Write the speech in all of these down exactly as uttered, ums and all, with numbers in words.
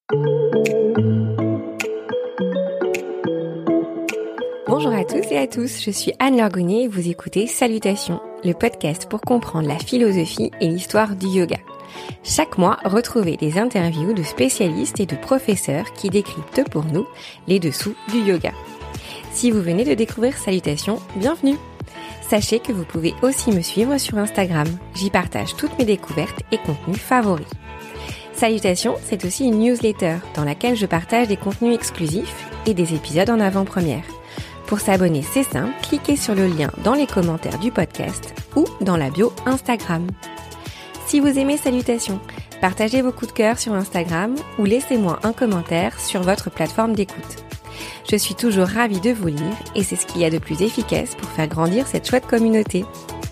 Bonjour à tous et à tous, je suis Anne Lorgonnier et vous écoutez Salutations, le podcast pour comprendre la philosophie et l'histoire du yoga. Chaque mois, retrouvez des interviews de spécialistes et de professeurs qui décryptent pour nous les dessous du yoga. Si vous venez de découvrir Salutations, bienvenue! Sachez que vous pouvez aussi me suivre sur Instagram, j'y partage toutes mes découvertes et contenus favoris. Salutations, c'est aussi une newsletter dans laquelle je partage des contenus exclusifs et des épisodes en avant-première. Pour s'abonner, c'est simple, cliquez sur le lien dans les commentaires du podcast ou dans la bio Instagram. Si vous aimez Salutations, partagez vos coups de cœur sur Instagram ou laissez-moi un commentaire sur votre plateforme d'écoute. Je suis toujours ravie de vous lire et c'est ce qu'il y a de plus efficace pour faire grandir cette chouette communauté.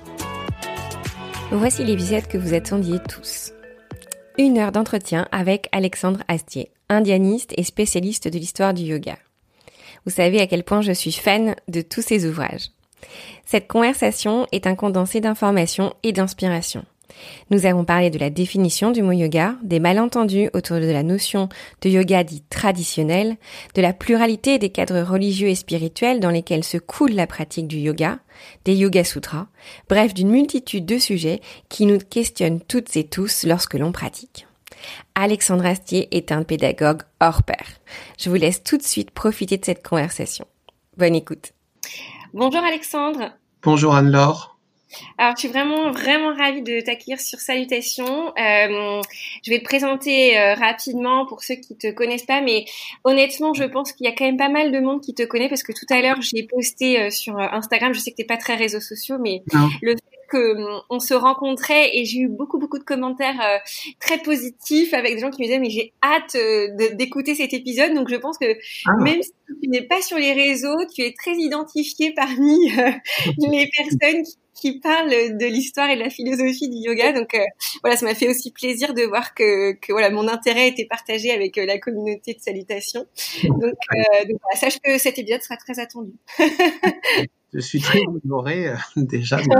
Voici l'épisode que vous attendiez tous. Une heure d'entretien avec Alexandre Astier, indianiste et spécialiste de l'histoire du yoga. Vous savez à quel point je suis fan de tous ces ouvrages. Cette conversation est un condensé d'informations et d'inspiration. Nous avons parlé de la définition du mot yoga, des malentendus autour de la notion de yoga dit traditionnel, de la pluralité des cadres religieux et spirituels dans lesquels se coule la pratique du yoga, des yoga sutras, bref d'une multitude de sujets qui nous questionnent toutes et tous lorsque l'on pratique. Alexandre Astier est un pédagogue hors pair. Je vous laisse tout de suite profiter de cette conversation. Bonne écoute. Bonjour Alexandre. Bonjour Anne-Laure. Alors, je suis vraiment, vraiment ravie de t'accueillir sur Salutations. Euh, je vais te présenter euh, rapidement pour ceux qui te connaissent pas, mais honnêtement, je pense qu'il y a quand même pas mal de monde qui te connaît parce que tout à l'heure, j'ai posté euh, sur Instagram, je sais que t'es pas très réseaux sociaux, mais non. Le fait que on se rencontrait et j'ai eu beaucoup, beaucoup de commentaires euh, très positifs avec des gens qui me disaient mais j'ai hâte euh, de, d'écouter cet épisode. Donc, je pense que ah. même si tu n'es pas sur les réseaux, tu es très identifié parmi euh, les personnes qui qui parle de l'histoire et de la philosophie du yoga. Donc euh, voilà, ça m'a fait aussi plaisir de voir que, que voilà, mon intérêt était partagé avec euh, la communauté de Salutations. Donc, euh, donc voilà, sache que cet épisode sera très attendu. Je suis très honorée euh, déjà. De...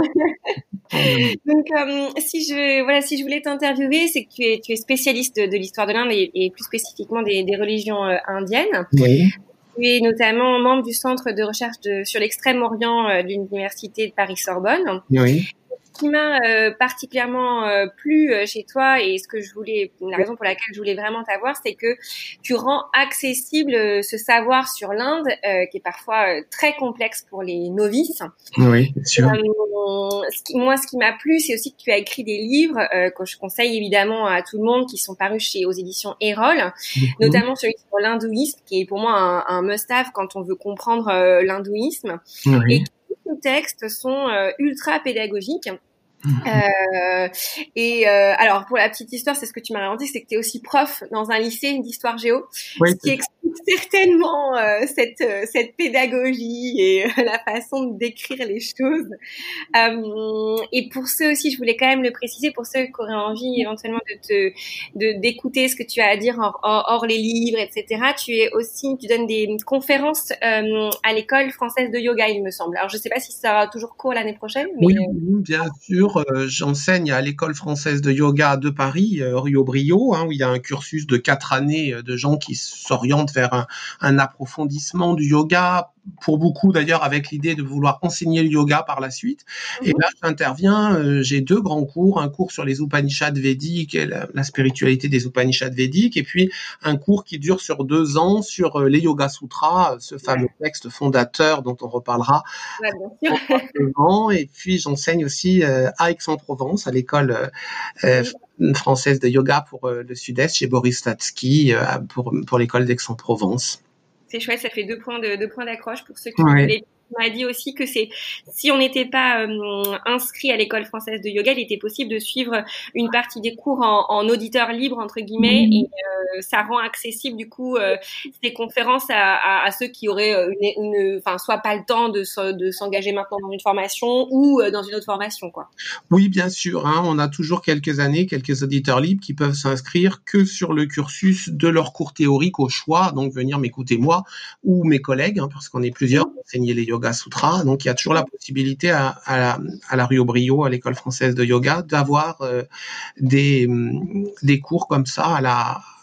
donc euh, si je voilà, si je voulais t'interviewer, c'est que tu es tu es spécialiste de, de l'histoire de l'Inde et, et plus spécifiquement des, des religions euh, indiennes. Oui. Tu es notamment membre du centre de recherche de, sur l'extrême-orient euh, de l'université de Paris-Sorbonne. Oui. Ce qui m'a euh, particulièrement euh, plu euh, chez toi et ce que je voulais, la raison pour laquelle je voulais vraiment t'avoir, c'est que tu rends accessible euh, ce savoir sur l'Inde euh, qui est parfois euh, très complexe pour les novices. Oui, bien sûr. Euh, ce qui, moi, ce qui m'a plu, c'est aussi que tu as écrit des livres euh, que je conseille évidemment à tout le monde, qui sont parus chez aux éditions Erol, mmh. notamment celui sur l'hindouisme, qui est pour moi un, un must-have quand on veut comprendre euh, l'hindouisme. Oui. Et tous les textes sont euh, ultra pédagogiques. Euh, et euh, alors pour la petite histoire, c'est ce que tu m'as raconté, c'est que tu es aussi prof dans un lycée d'histoire géo, oui, ce qui explique certainement euh, cette euh, cette pédagogie et euh, la façon de décrire les choses. Euh, et pour ceux aussi, je voulais quand même le préciser, pour ceux qui auraient envie éventuellement de te de d'écouter ce que tu as à dire hors, hors, hors les livres, et cetera. Tu es aussi, tu donnes des conférences euh, à l'école française de yoga, il me semble. Alors je sais pas si ça sera toujours court l'année prochaine. Mais... Oui, bien sûr. Euh, j'enseigne à l'école française de yoga de Paris, euh, Rio Brio, hein, où il y a un cursus de quatre années euh, de gens qui s'orientent vers un, un approfondissement du yoga, pour beaucoup d'ailleurs avec l'idée de vouloir enseigner le yoga par la suite. Mmh. Et là, j'interviens, euh, j'ai deux grands cours, un cours sur les Upanishads védiques et la, la spiritualité des Upanishads védiques, et puis un cours qui dure sur deux ans sur euh, les Yoga Sutras, ce fameux ouais. texte fondateur dont on reparlera. Ouais, bien sûr. Et puis j'enseigne aussi euh, à Aix-en-Provence, à l'école euh, mmh. française de yoga pour euh, le Sud-Est, chez Boris Statsky, euh, pour, pour l'école d'Aix-en-Provence. C'est chouette, ça fait deux points de deux points d'accroche pour ceux qui ouais. voulaient. On m'a dit aussi que c'est si on n'était pas euh, inscrit à l'école française de yoga, il était possible de suivre une partie des cours en, en auditeur libre entre guillemets mmh. et euh, ça rend accessible du coup euh, ces conférences à, à, à ceux qui auraient une, une, enfin soit pas le temps de, se, de s'engager maintenant dans une formation ou euh, dans une autre formation quoi. Oui, bien sûr. Hein, on a toujours quelques années, quelques auditeurs libres qui peuvent s'inscrire que sur le cursus de leur cours théorique au choix, donc venir m'écouter moi ou mes collègues, hein, parce qu'on est plusieurs à enseigner les yoga sutras. Donc, il y a toujours la possibilité à, à, la, à la Rio Brio, à l'école française de yoga, d'avoir euh, des, des cours comme ça à la,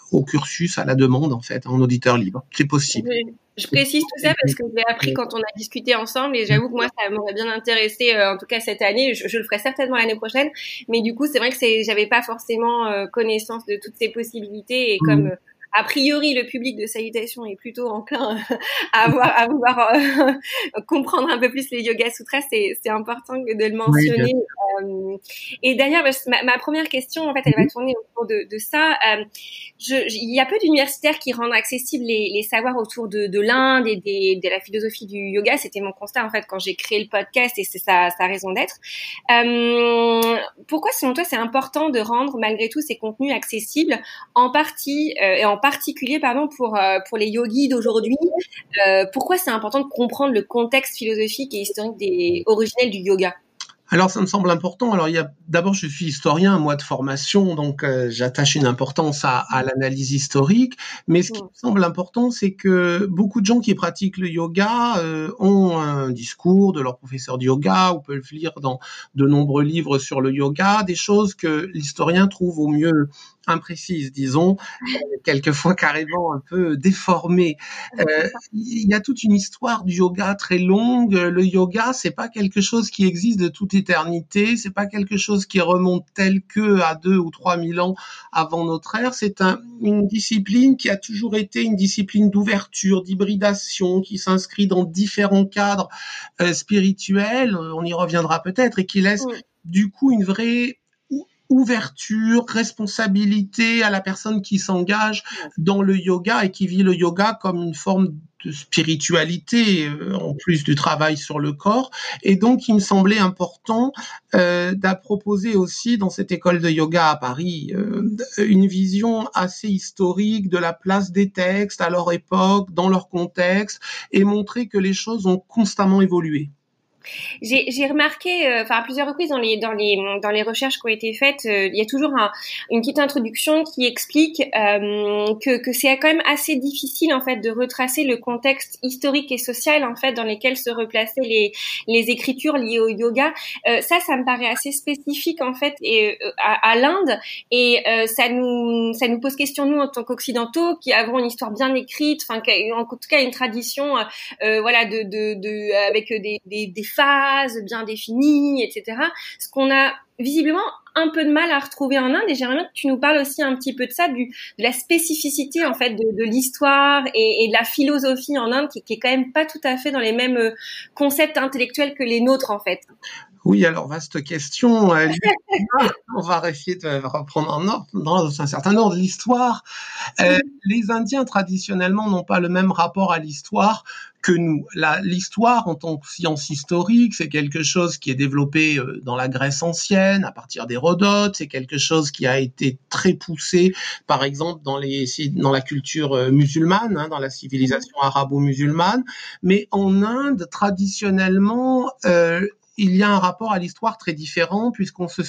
au cursus à la demande, en fait, en auditeur libre. C'est possible. Oui. Je précise tout ça parce que je l'ai appris quand on a discuté ensemble et j'avoue que moi, ça m'aurait bien intéressé, euh, en tout cas cette année. Je, je le ferai certainement l'année prochaine. Mais du coup, c'est vrai que c'est, j'avais pas forcément euh, connaissance de toutes ces possibilités et comme... Euh, a priori, le public de Salutations est plutôt enclin à, avoir, à vouloir euh, comprendre un peu plus les Yoga Sutras. C'est, c'est important de le mentionner. Oui, euh, et d'ailleurs, ma, ma première question, en fait, elle va tourner autour de, de ça. Euh, je, je, il y a peu d'universitaires qui rendent accessibles les, les savoirs autour de, de l'Inde et des, de la philosophie du yoga. C'était mon constat, en fait, quand j'ai créé le podcast et c'est sa, sa raison d'être. Euh, pourquoi, selon toi, c'est important de rendre, malgré tout, ces contenus accessibles, en partie, euh, et en particulier pardon pour euh, pour les yogis d'aujourd'hui, euh, pourquoi c'est important de comprendre le contexte philosophique et historique des originels du yoga? Alors, ça me semble important. Alors, il y a d'abord, je suis historien, moi de formation, donc euh, j'attache une importance à, à l'analyse historique. Mais ce qui me semble important, c'est que beaucoup de gens qui pratiquent le yoga euh, ont un discours de leur professeur de yoga ou peuvent lire dans de nombreux livres sur le yoga, des choses que l'historien trouve au mieux imprécises, disons, euh, quelquefois carrément un peu déformées. Euh, il y a toute une histoire du yoga très longue. Le yoga, c'est pas quelque chose qui existe de toute éternité, c'est pas quelque chose qui remonte tel que à deux ou trois mille ans avant notre ère. C'est un, une discipline qui a toujours été une discipline d'ouverture, d'hybridation, qui s'inscrit dans différents cadres euh, spirituels. On y reviendra peut-être, et qui laisse oui. du coup une vraie ouverture, responsabilité à la personne qui s'engage dans le yoga et qui vit le yoga comme une forme de spiritualité euh, en plus du travail sur le corps. Et donc, il me semblait important euh, d'à proposer aussi dans cette école de yoga à Paris euh, une vision assez historique de la place des textes à leur époque, dans leur contexte, et montrer que les choses ont constamment évolué. J'ai, j'ai remarqué, euh, enfin à plusieurs reprises dans les dans les dans les recherches qui ont été faites, euh, il y a toujours un, une petite introduction qui explique euh, que que c'est quand même assez difficile en fait de retracer le contexte historique et social en fait dans lesquels se replaçaient les les écritures liées au yoga. Euh, ça, ça me paraît assez spécifique en fait et euh, à, à l'Inde et euh, ça nous ça nous pose question nous en tant qu'occidentaux qui avons une histoire bien écrite, enfin en tout cas une tradition euh, voilà de de de avec des des, des phases bien définies, et cetera. Ce qu'on a visiblement un peu de mal à retrouver en Inde, et j'aimerais bien que tu nous parles aussi un petit peu de ça, du, de la spécificité en fait de, de l'histoire et, et de la philosophie en Inde, qui, qui est quand même pas tout à fait dans les mêmes concepts intellectuels que les nôtres en fait. Oui, alors vaste question. On va essayer de reprendre en ordre, dans un certain ordre l'histoire. Euh, les Indiens traditionnellement n'ont pas le même rapport à l'histoire que nous. La, l'histoire en tant que science historique, c'est quelque chose qui est développé dans la Grèce ancienne, à partir d'Hérodote. C'est quelque chose qui a été très poussé, par exemple, dans, les, dans la culture musulmane, hein, dans la civilisation arabo-musulmane. Mais en Inde, traditionnellement, euh, il y a un rapport à l'histoire très différent puisqu'on se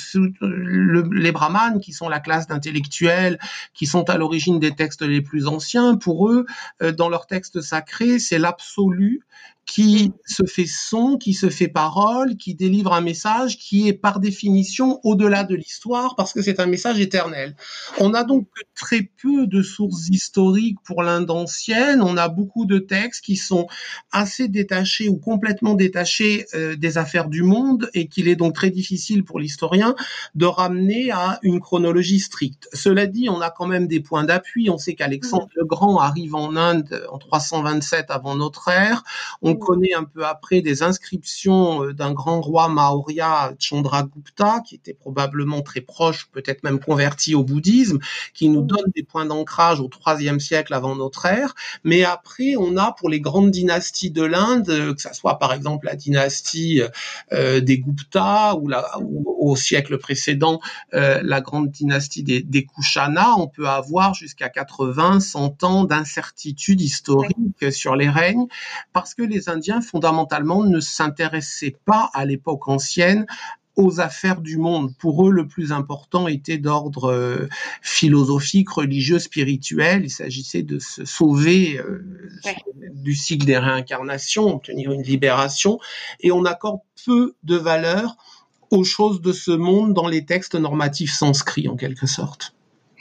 le, les brahmanes qui sont la classe d'intellectuels qui sont à l'origine des textes les plus anciens, pour eux, euh, dans leurs textes sacrés, c'est l'absolu qui se fait son, qui se fait parole, qui délivre un message qui est par définition au-delà de l'histoire parce que c'est un message éternel. On a donc très peu de sources historiques pour l'Inde ancienne. On a beaucoup de textes qui sont assez détachés ou complètement détachés euh, des affaires du monde et qu'il est donc très difficile pour l'historien de ramener à une chronologie stricte. Cela dit, on a quand même des points d'appui. On sait qu'Alexandre le Grand arrive en Inde en trois cent vingt-sept avant notre ère. On connaît un peu après des inscriptions d'un grand roi Maurya, Chandragupta, qui était probablement très proche, peut-être même converti au bouddhisme, qui nous donne des points d'ancrage au troisième siècle avant notre ère. Mais après, on a pour les grandes dynasties de l'Inde, que ça soit par exemple la dynastie euh, des Gupta ou, la, ou au siècle précédent euh, la grande dynastie des, des Kushana, on peut avoir jusqu'à quatre-vingts, cent ans d'incertitude historique ouais. sur les règnes, parce que les Indiens, fondamentalement, ne s'intéressaient pas à l'époque ancienne aux affaires du monde. Pour eux, le plus important était d'ordre euh, philosophique, religieux, spirituel. Il s'agissait de se sauver euh, ouais. du cycle des réincarnations, obtenir une libération. Et on accorde peu de valeur aux choses de ce monde dans les textes normatifs sanscrits, en quelque sorte.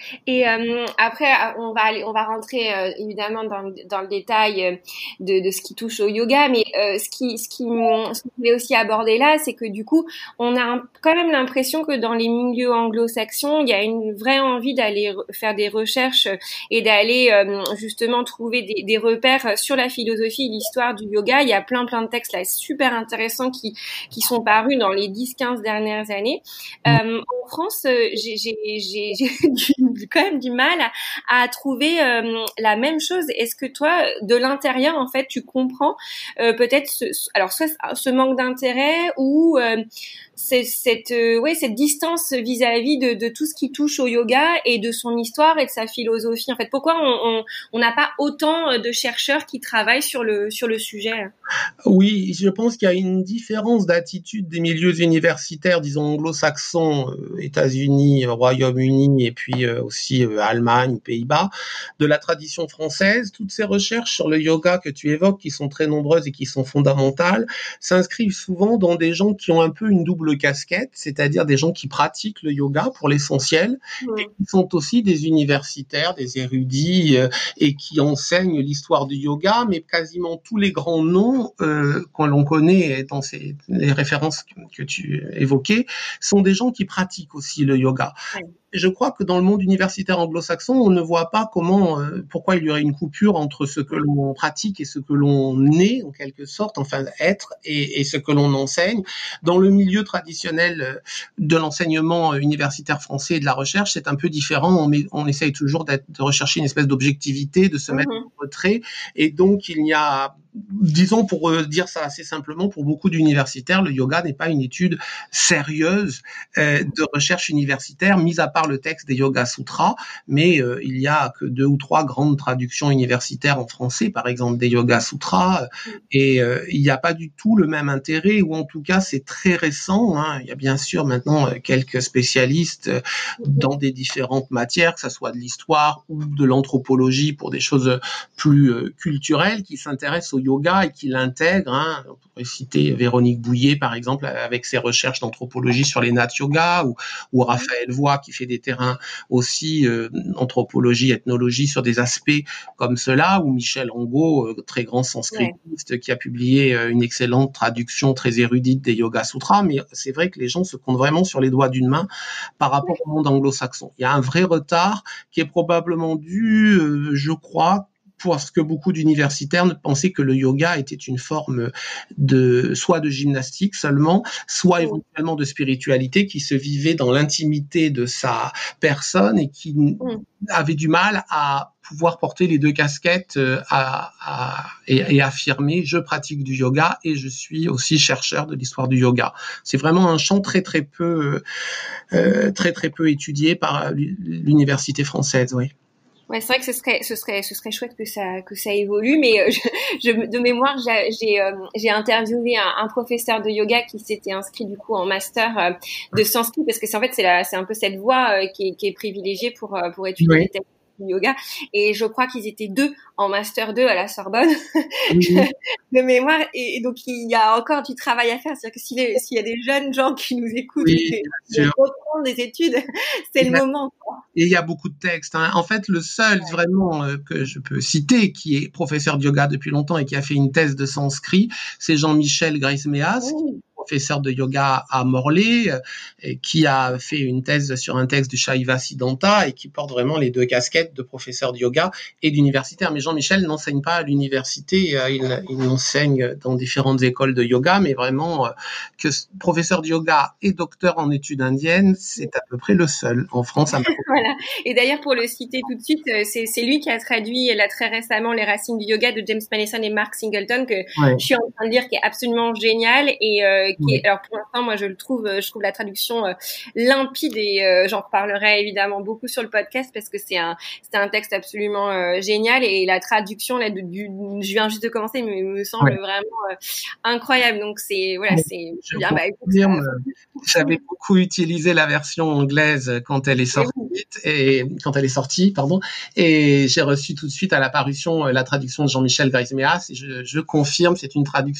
Et euh, après, on va aller, on va rentrer euh, évidemment dans, dans le détail euh, de, de ce qui touche au yoga, mais euh, ce qui, ce qui, ce que je voulais aussi aborder là, c'est que du coup, on a un, quand même l'impression que dans les milieux anglo-saxons, il y a une vraie envie d'aller re- faire des recherches et d'aller euh, justement trouver des, des repères sur la philosophie et l'histoire du yoga. Il y a plein plein de textes là super intéressants qui qui sont parus dans les dix quinze dernières années. Euh, en France, euh, j'ai j'ai j'ai j'ai quand même du mal à, à trouver euh, la même chose. Est-ce que toi, de l'intérieur, en fait, tu comprends euh, peut-être ce, alors soit ce manque d'intérêt ou euh, c'est, cette euh, ouais cette distance vis-à-vis de, de tout ce qui touche au yoga et de son histoire et de sa philosophie. En fait, pourquoi on on n'a pas autant de chercheurs qui travaillent sur le sur le sujet? Oui, je pense qu'il y a une différence d'attitude des milieux universitaires, disons anglo-saxons, euh, États-Unis, Royaume-Uni et puis euh, aussi euh, Allemagne, Pays-Bas, de la tradition française. Toutes ces recherches sur le yoga que tu évoques, qui sont très nombreuses et qui sont fondamentales, s'inscrivent souvent dans des gens qui ont un peu une double casquette, c'est-à-dire des gens qui pratiquent le yoga pour l'essentiel, Mmh. et qui sont aussi des universitaires, des érudits, euh, et qui enseignent l'histoire du yoga, mais quasiment tous les grands noms euh, qu'on l'on connaît dans ces, les références que, que tu évoquais sont des gens qui pratiquent aussi le yoga. Ouais. Je crois que dans le monde universitaire anglo-saxon, on ne voit pas comment, euh, pourquoi il y aurait une coupure entre ce que l'on pratique et ce que l'on est, en quelque sorte, enfin être, et, et ce que l'on enseigne. Dans le milieu traditionnel de l'enseignement universitaire français et de la recherche, c'est un peu différent. On, met, on essaye toujours d'être, de rechercher une espèce d'objectivité, de se mettre Mmh. en retrait, et donc il y a, disons, pour dire ça assez simplement, pour beaucoup d'universitaires, le yoga n'est pas une étude sérieuse euh, de recherche universitaire, mis à part le texte des Yoga Sutras, mais euh, il y a que deux ou trois grandes traductions universitaires en français, par exemple des Yoga Sutras, et euh, il n'y a pas du tout le même intérêt, ou en tout cas c'est très récent, hein. Il y a bien sûr maintenant quelques spécialistes dans des différentes matières, que ce soit de l'histoire ou de l'anthropologie pour des choses plus euh, culturelles, qui s'intéressent au yoga et qui l'intègrent, hein. On pourrait citer Véronique Bouillet, par exemple, avec ses recherches d'anthropologie sur les nat yoga, ou, ou Raphaël Voix, qui fait des terrains aussi euh, anthropologie, ethnologie sur des aspects comme cela, ou Michel Angot, euh, très grand sanskritiste, ouais, qui a publié euh, une excellente traduction très érudite des Yoga Sutras. Mais c'est vrai que les gens se comptent vraiment sur les doigts d'une main par rapport au monde anglo-saxon. Il y a un vrai retard qui est probablement dû, euh, je crois, parce que beaucoup d'universitaires pensaient que le yoga était une forme de, soit de gymnastique seulement, soit éventuellement de spiritualité qui se vivait dans l'intimité de sa personne et qui mmh. avait du mal à pouvoir porter les deux casquettes à, à, et, et affirmer je pratique du yoga et je suis aussi chercheur de l'histoire du yoga. C'est vraiment un champ très très peu euh, très très peu étudié par l'université française, oui. Ouais, c'est vrai que ce serait, ce serait, ce serait chouette que ça, que ça évolue, mais je, je de mémoire, j'ai, j'ai, euh, j'ai interviewé un, un professeur de yoga qui s'était inscrit du coup en master euh, de sanskrit, parce que c'est en fait c'est la, c'est un peu cette voie euh, qui est, qui est privilégiée pour euh, pour étudier oui. les textes du yoga, et je crois qu'ils étaient deux en master deux à la Sorbonne mm-hmm. de mémoire, et, et donc il y a encore du travail à faire, c'est-à-dire que s'il, est, s'il y a des jeunes gens qui nous écoutent oui, et qui reprennent des études, c'est le moment, quoi. Et il y a beaucoup de textes, hein. En fait, le seul ouais. vraiment euh, que je peux citer, qui est professeur de yoga depuis longtemps et qui a fait une thèse de sanskrit, c'est Jean-Michel Grace-Méas, oui. professeur de yoga à Morlaix, euh, qui a fait une thèse sur un texte du Shaiva Siddhanta et qui porte vraiment les deux casquettes de professeur de yoga et d'universitaire. Mais Jean-Michel n'enseigne pas à l'université, euh, il, il enseigne dans différentes écoles de yoga, mais vraiment euh, que professeur de yoga et docteur en études indiennes, c'est à peu près le seul en France. À voilà. Et d'ailleurs, pour le citer tout de suite, c'est, c'est lui qui a traduit là très récemment Les Racines du Yoga de James Madison et Mark Singleton, que ouais. je suis en train de lire, qui est absolument génial et euh, qui est, alors pour l'instant, moi je le trouve, je trouve la traduction euh, limpide et euh, j'en reparlerai évidemment beaucoup sur le podcast parce que c'est un, c'est un texte absolument euh, génial et la traduction là, de, du, je viens juste de commencer, mais me semble ouais. vraiment euh, incroyable. Donc c'est, voilà, c'est je bien. Bah, écoute, ça, j'avais beaucoup utilisé la version anglaise quand elle est sortie. Et quand elle est sortie, pardon, et j'ai reçu tout de suite à la parution la traduction de Jean-Michel Grace-Méas et je, je confirme, c'est une traduction ouais.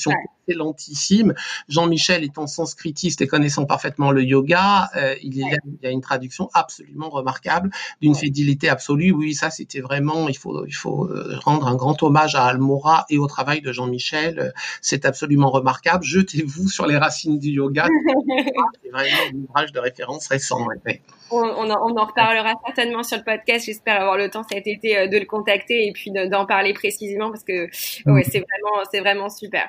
excellentissime. Jean-Michel étant sanskritiste et connaissant parfaitement le yoga, euh, il, y a, il y a une traduction absolument remarquable, d'une fidélité absolue. Oui, ça c'était vraiment, il faut, il faut rendre un grand hommage à Almora et au travail de Jean-Michel. C'est absolument remarquable. Jetez-vous sur les racines du yoga. C'est vraiment un ouvrage de référence récent. Ouais. On, on, en, on en reparlera certainement sur le podcast. J'espère avoir le temps cet été de le contacter et puis d'en parler précisément parce que ouais, c'est vraiment, c'est vraiment super.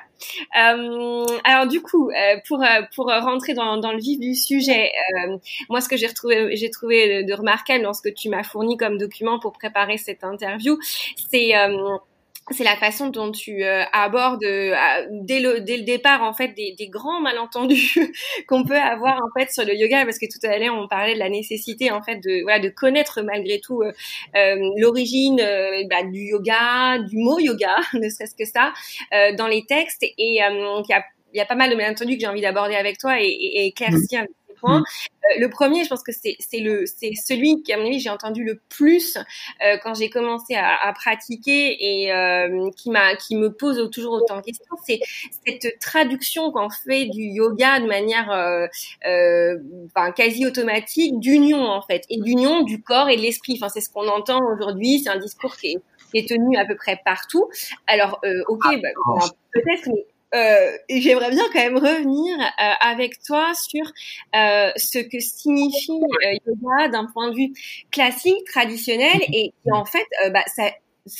Euh, alors du coup, pour pour rentrer dans, dans le vif du sujet, euh, moi ce que j'ai retrouvé, j'ai trouvé de remarquable dans ce que tu m'as fourni comme document pour préparer cette interview, c'est euh, c'est la façon dont tu euh, abordes euh, dès le dès le départ en fait des, des grands malentendus qu'on peut avoir en fait sur le yoga, parce que tout à l'heure on parlait de la nécessité en fait de voilà de connaître malgré tout euh, euh, l'origine euh, bah, du yoga, du mot yoga, ne serait-ce que ça, euh, dans les textes, et euh, il y a il y a pas mal de malentendus que j'ai envie d'aborder avec toi et, et, et éclaircir avec ces points. Euh, le premier, je pense que c'est c'est le c'est celui qu'à mon avis j'ai entendu le plus euh, quand j'ai commencé à, à pratiquer et euh, qui m'a qui me pose toujours autant de questions, c'est cette traduction qu'on fait du yoga de manière euh, euh, enfin quasi automatique d'union en fait, et d'union du corps et de l'esprit. Enfin c'est ce qu'on entend aujourd'hui, c'est un discours qui est, qui est tenu à peu près partout. Alors euh, ok, bah, bah, peut-être, mais Euh, et j'aimerais bien quand même revenir euh, avec toi sur euh, ce que signifie euh, yoga d'un point de vue classique, traditionnel, et, et en fait, euh, bah, ça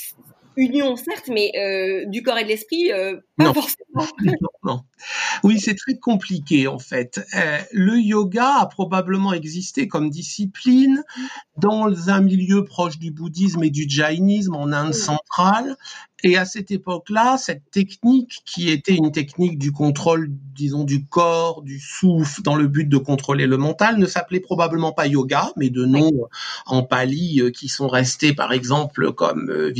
union certes, mais euh, du corps et de l'esprit, euh, pas non. forcément. Non, non. Oui, c'est très compliqué en fait. Euh, le yoga a probablement existé comme discipline dans un milieu proche du bouddhisme et du jaïnisme en Inde centrale. Et à cette époque-là, cette technique qui était une technique du contrôle, disons, du corps, du souffle, dans le but de contrôler le mental, ne s'appelait probablement pas yoga, mais de noms en pali qui sont restés, par exemple, comme, euh,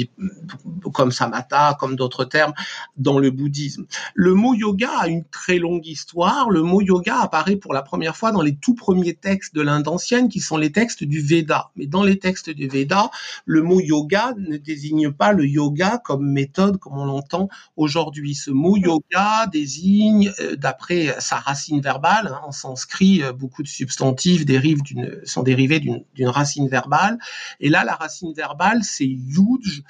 comme samatha, comme d'autres termes, dans le bouddhisme. Le mot yoga a une très longue histoire. Le mot yoga apparaît pour la première fois dans les tout premiers textes de l'Inde ancienne, qui sont les textes du Veda. Mais dans les textes du Veda, le mot yoga ne désigne pas le yoga comme méthode comme on l'entend aujourd'hui. Ce mot yoga désigne, euh, d'après sa racine verbale, hein, en sanskrit, euh, beaucoup de substantifs dérivent d'une, sont dérivés d'une, d'une racine verbale. Et là, la racine verbale, c'est yuj,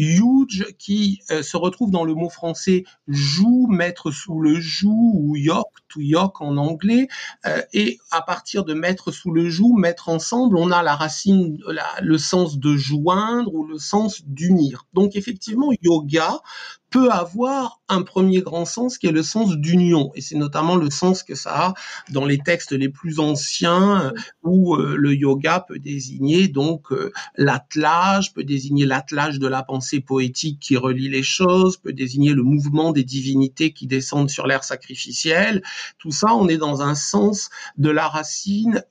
yuj qui euh, se retrouve dans le mot français joue, mettre sous le joug, ou yok, to yok en anglais. Euh, et à partir de mettre sous le joug, mettre ensemble, on a la racine, la, le sens de joindre ou le sens d'unir. Donc effectivement, yoga peut avoir un premier grand sens qui est le sens d'union, et c'est notamment le sens que ça a dans les textes les plus anciens, où euh, le yoga peut désigner donc euh, l'attelage, peut désigner l'attelage de la pensée poétique qui relie les choses, peut désigner le mouvement des divinités qui descendent sur l'air sacrificiel. Tout ça, on est dans un sens de la racine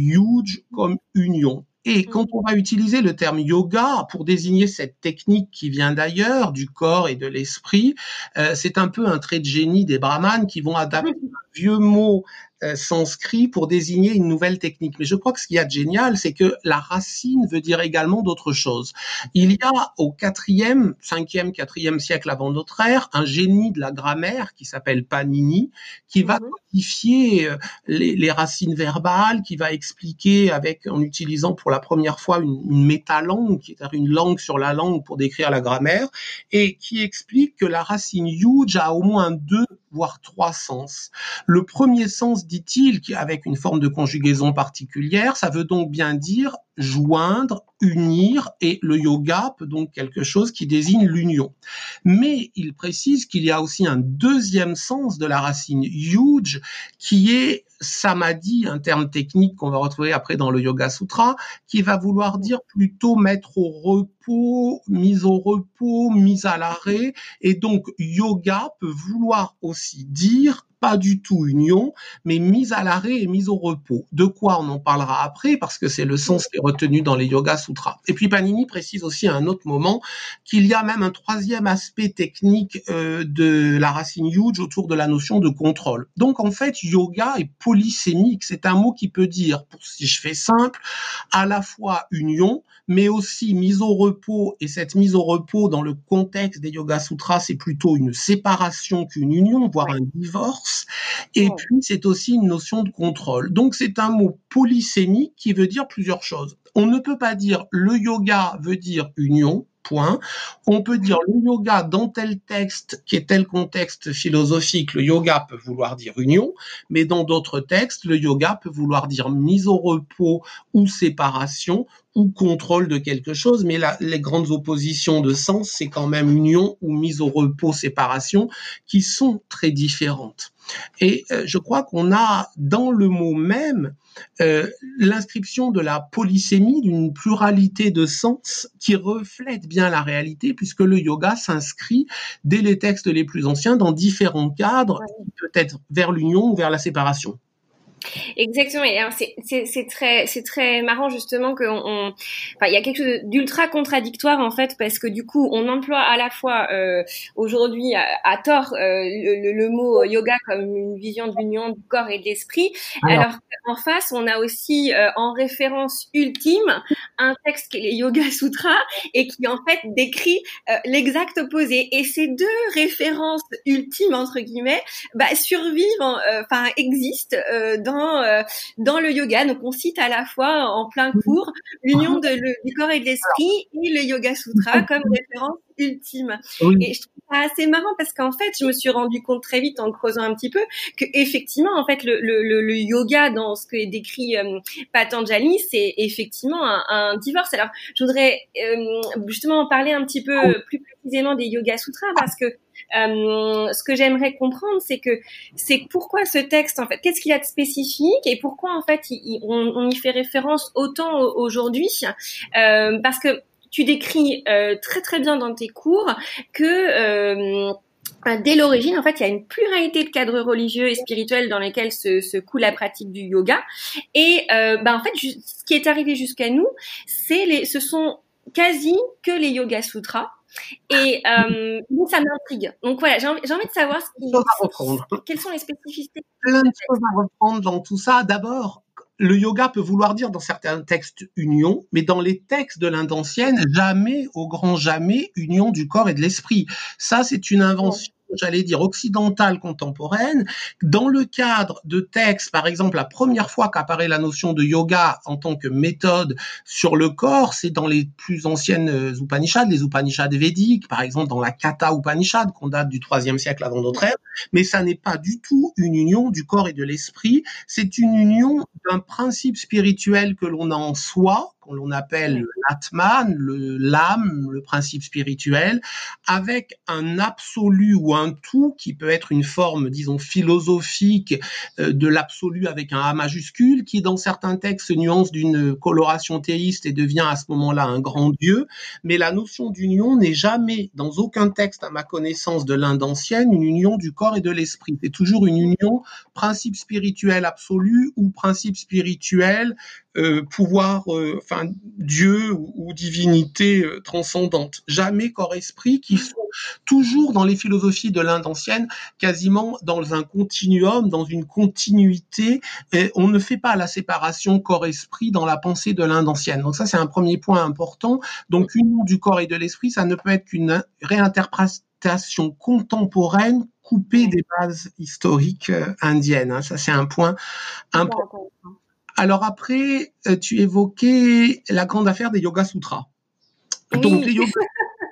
yuj comme union. Et quand on va utiliser le terme yoga pour désigner cette technique qui vient d'ailleurs, du corps et de l'esprit, euh, c'est un peu un trait de génie des brahmanes qui vont adapter un vieux mot euh, sanskrit pour désigner une nouvelle technique. Mais je crois que ce qu'il y a de génial, c'est que la racine veut dire également d'autres choses. Il y a au quatrième, cinquième, quatrième siècle avant notre ère, un génie de la grammaire qui s'appelle Panini, qui va codifier les, les racines verbales, qui va expliquer avec, en utilisant pour la première fois une, une métalangue, qui est une langue sur la langue pour décrire la grammaire, et qui explique que la racine yuj a au moins deux voire trois sens. Le premier sens, dit-il, qui avec une forme de conjugaison particulière, ça veut donc bien dire joindre, unir, et le yoga peut donc quelque chose qui désigne l'union. Mais il précise qu'il y a aussi un deuxième sens de la racine yuj, qui est samadhi, un terme technique qu'on va retrouver après dans le Yoga Sutra, qui va vouloir dire plutôt mettre au repos, mise au repos, mise à l'arrêt, et donc yoga peut vouloir aussi dire pas du tout union, mais mise à l'arrêt et mise au repos. De quoi on en parlera après, parce que c'est le sens qui est retenu dans les Yoga Sutras. Et puis Panini précise aussi à un autre moment qu'il y a même un troisième aspect technique euh, de la racine yuj autour de la notion de contrôle. Donc en fait, yoga est polysémique, c'est un mot qui peut dire, pour, si je fais simple, à la fois union, mais aussi mise au repos, et cette mise au repos dans le contexte des Yoga Sutras, c'est plutôt une séparation qu'une union, voire un divorce, et puis c'est aussi une notion de contrôle. Donc c'est un mot polysémique qui veut dire plusieurs choses. On ne peut pas dire le yoga veut dire union, point. On peut dire le yoga dans tel texte qui est tel contexte philosophique, le yoga peut vouloir dire union, mais dans d'autres textes, le yoga peut vouloir dire mise au repos ou séparation ou contrôle de quelque chose, mais là, les grandes oppositions de sens, c'est quand même union ou mise au repos, séparation, qui sont très différentes. Et euh, je crois qu'on a dans le mot même euh, l'inscription de la polysémie, d'une pluralité de sens qui reflète bien la réalité, puisque le yoga s'inscrit dès les textes les plus anciens dans différents cadres, peut-être vers l'union ou vers la séparation. Exactement. Et alors c'est c'est c'est très c'est très marrant justement que on, on enfin il y a quelque chose d'ultra contradictoire en fait, parce que du coup on emploie à la fois euh, aujourd'hui à, à tort euh, le, le mot yoga comme une vision de l'union du corps et de l'esprit, alors, alors en face on a aussi euh, en référence ultime un texte qui est les Yoga Sutras et qui en fait décrit euh, l'exact opposé, et ces deux références ultimes entre guillemets bah survivent enfin euh, existent euh, dans euh, dans le yoga. Donc on cite à la fois en plein cours l'union de, le, du corps et de l'esprit et le Yoga Sutra comme référence ultime. Oui. Et je trouve ça assez marrant parce qu'en fait je me suis rendu compte très vite en creusant un petit peu que effectivement en fait le le le, le yoga dans ce que décrit euh, Patanjali, c'est effectivement un, un divorce. Alors je voudrais euh, justement en parler un petit peu plus précisément des Yoga Sutras, parce que Euh, ce que j'aimerais comprendre, c'est que c'est pourquoi ce texte, en fait, qu'est-ce qu'il a de spécifique et pourquoi en fait il, il, on, on y fait référence autant aujourd'hui, euh, parce que tu décris euh, très très bien dans tes cours que euh, dès l'origine, en fait, il y a une pluralité de cadres religieux et spirituels dans lesquels se, se coule la pratique du yoga. Et euh, ben en fait, ce qui est arrivé jusqu'à nous, c'est les, ce sont quasi que les Yoga Sutras. Et euh, ça m'intrigue. Donc voilà, j'ai envie, j'ai envie de savoir ce qui, quelles sont les spécificités. Plein de choses à reprendre dans tout ça. D'abord, le yoga peut vouloir dire dans certains textes union, mais dans les textes de l'Inde ancienne, jamais, au grand jamais, union du corps et de l'esprit. Ça, c'est une invention, j'allais dire, occidentale contemporaine. Dans le cadre de textes, par exemple, la première fois qu'apparaît la notion de yoga en tant que méthode sur le corps, c'est dans les plus anciennes Upanishads, les Upanishads védiques, par exemple dans la Katha Upanishad, qu'on date du troisième siècle avant notre ère, mais ça n'est pas du tout une union du corps et de l'esprit, c'est une union d'un principe spirituel que l'on a en soi, qu'on l'on appelle l'Atman, le, l'âme, le principe spirituel, avec un absolu ou un tout qui peut être une forme, disons, philosophique euh, de l'absolu avec un A majuscule, qui dans certains textes se nuance d'une coloration théiste et devient à ce moment-là un grand Dieu. Mais la notion d'union n'est jamais, dans aucun texte à ma connaissance de l'Inde ancienne, une union du corps et de l'esprit. C'est toujours une union principe spirituel absolu ou principe spirituel Euh, pouvoir, euh, enfin Dieu ou, ou divinité euh, transcendante. Jamais corps-esprit, qui sont toujours dans les philosophies de l'Inde ancienne, quasiment dans un continuum, dans une continuité. Et on ne fait pas la séparation corps-esprit dans la pensée de l'Inde ancienne. Donc ça, c'est un premier point important. Donc union du corps et de l'esprit, ça ne peut être qu'une réinterprétation contemporaine coupée des bases historiques euh, indiennes. Hein. Ça, c'est un point important. Alors après, tu évoquais la grande affaire des Yoga Sutras. Oui. Donc les Yoga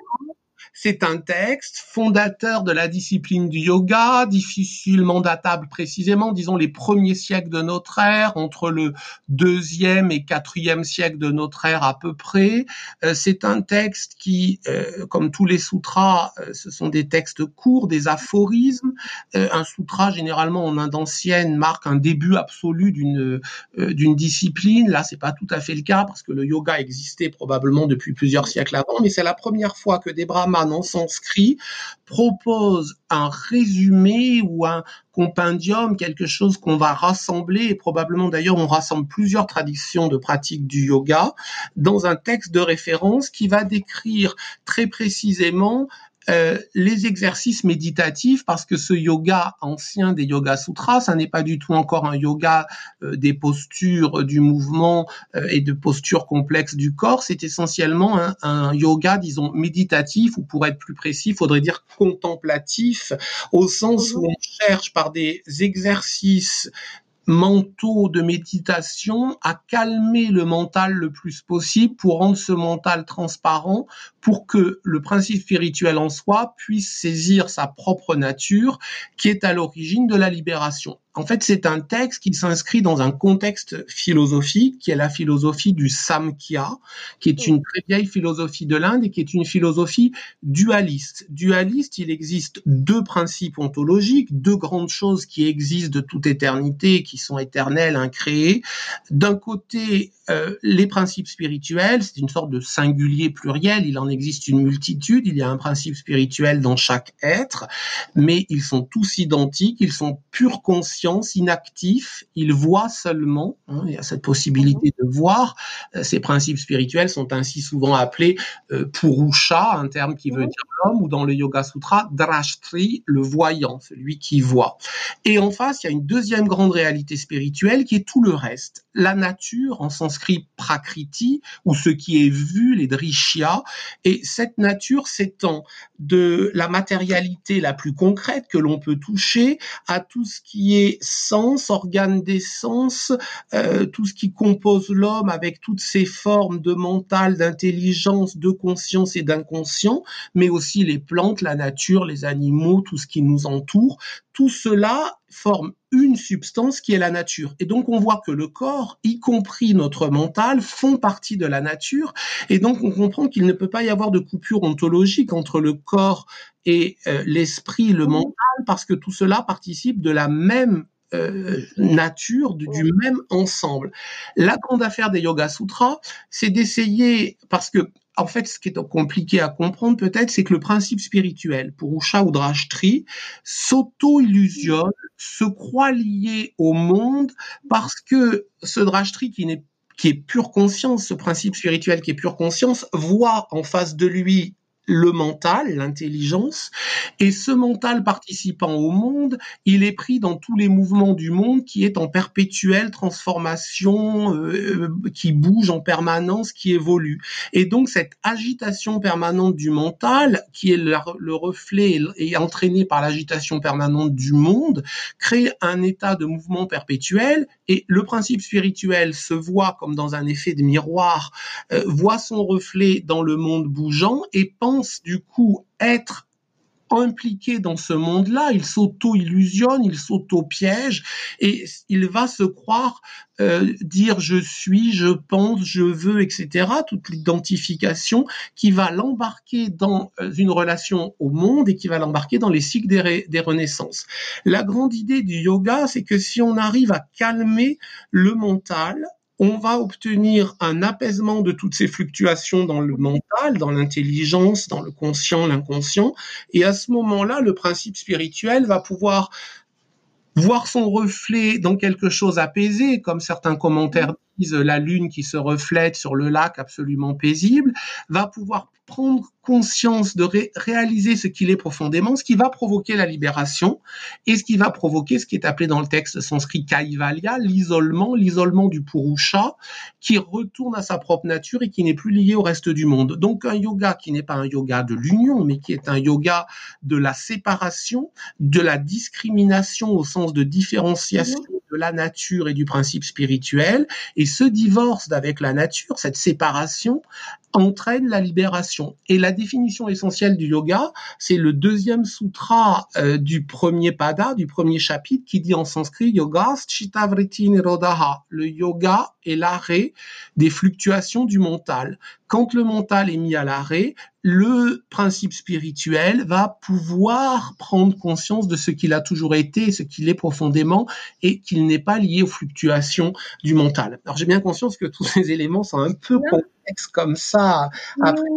c'est un texte fondateur de la discipline du yoga, difficilement datable précisément, disons les premiers siècles de notre ère, entre le deuxième et quatrième siècle de notre ère à peu près. Euh, c'est un texte qui, euh, comme tous les sutras, euh, ce sont des textes courts, des aphorismes. Euh, un sutra, généralement en Inde ancienne, marque un début absolu d'une euh, d'une discipline. Là, c'est pas tout à fait le cas parce que le yoga existait probablement depuis plusieurs siècles avant, mais c'est la première fois que des brahmanes Brahman en sanskrit propose un résumé ou un compendium, quelque chose qu'on va rassembler, et probablement d'ailleurs on rassemble plusieurs traditions de pratique du yoga dans un texte de référence qui va décrire très précisément Euh, les exercices méditatifs, parce que ce yoga ancien des Yoga Sutras, ça n'est pas du tout encore un yoga euh, des postures, du mouvement euh, et de postures complexes du corps, c'est essentiellement un, un yoga, disons, méditatif, ou pour être plus précis, il faudrait dire contemplatif, au sens où on cherche par des exercices mentaux de méditation à calmer le mental le plus possible pour rendre ce mental transparent, pour que le principe spirituel en soi puisse saisir sa propre nature qui est à l'origine de la libération. En fait, c'est un texte qui s'inscrit dans un contexte philosophique qui est la philosophie du Samkhya, qui est une très vieille philosophie de l'Inde et qui est une philosophie dualiste. Dualiste, il existe deux principes ontologiques, deux grandes choses qui existent de toute éternité, qui sont éternelles, incréées. D'un côté, euh, les principes spirituels, c'est une sorte de singulier pluriel, il en existe une multitude, il y a un principe spirituel dans chaque être, mais ils sont tous identiques, ils sont pure conscience, inactifs, ils voient seulement, hein, il y a cette possibilité de voir. Ces principes spirituels sont ainsi souvent appelés euh, Purusha, un terme qui veut dire l'homme, ou dans le Yoga Sutra, Drashtri, le voyant, celui qui voit. Et en face, il y a une deuxième grande réalité spirituelle qui est tout le reste. La nature, en sanskrit Prakriti, ou ce qui est vu, les Drishyas, et cette nature s'étend de la matérialité la plus concrète que l'on peut toucher à tout ce qui est sens, organes des sens, euh, tout ce qui compose l'homme avec toutes ses formes de mental, d'intelligence, de conscience et d'inconscient, mais aussi les plantes, la nature, les animaux, tout ce qui nous entoure. Tout cela forme une substance qui est la nature. Et donc on voit que le corps, y compris notre mental, font partie de la nature. Et donc on comprend qu'il ne peut pas y avoir de coupure ontologique entre le corps et euh, l'esprit, le mental, parce que tout cela participe de la même euh, nature, du, du même ensemble. La grande affaire des Yoga Sutras, c'est d'essayer, parce que en fait, ce qui est compliqué à comprendre peut-être, c'est que le principe spirituel, Purusha ou Drashtri, s'auto-illusionne, se croit lié au monde, parce que ce Drashtri qui n'est qui est pure conscience, ce principe spirituel qui est pure conscience, voit en face de lui le mental, l'intelligence, et ce mental participant au monde, il est pris dans tous les mouvements du monde qui est en perpétuelle transformation, euh, qui bouge en permanence, qui évolue. Et donc cette agitation permanente du mental, qui est le, le reflet et entraîné par l'agitation permanente du monde, crée un état de mouvement perpétuel, et le principe spirituel se voit comme dans un effet de miroir, euh, voit son reflet dans le monde bougeant et pense du coup être impliqué dans ce monde-là, il s'auto-illusionne, il s'auto-piège et il va se croire euh, dire je suis, je pense, je veux, et cetera. Toute l'identification qui va l'embarquer dans une relation au monde et qui va l'embarquer dans les cycles des, ré- des renaissances. La grande idée du yoga, c'est que si on arrive à calmer le mental, on va obtenir un apaisement de toutes ces fluctuations dans le mental, dans l'intelligence, dans le conscient, l'inconscient. Et à ce moment-là, le principe spirituel va pouvoir voir son reflet dans quelque chose apaisé, comme certains commentaires disent, la lune qui se reflète sur le lac absolument paisible, va pouvoir prendre conscience de ré- réaliser ce qu'il est profondément, ce qui va provoquer la libération et ce qui va provoquer ce qui est appelé dans le texte sanskrit kaivalya, l'isolement, l'isolement du purusha, qui retourne à sa propre nature et qui n'est plus lié au reste du monde. Donc un yoga qui n'est pas un yoga de l'union, mais qui est un yoga de la séparation, de la discrimination au sens de différenciation de la nature et du principe spirituel, et ce divorce avec la nature, cette séparation, entraîne la libération. Et la définition essentielle du yoga, c'est le deuxième sutra euh, du premier pada, du premier chapitre, qui dit en sanskrit Yogas chittavritti nirodha. Le yoga est l'arrêt des fluctuations du mental. Quand le mental est mis à l'arrêt, le principe spirituel va pouvoir prendre conscience de ce qu'il a toujours été, ce qu'il est profondément, et qu'il n'est pas lié aux fluctuations du mental. Alors j'ai bien conscience que tous ces éléments sont un peu complexes comme ça. Après,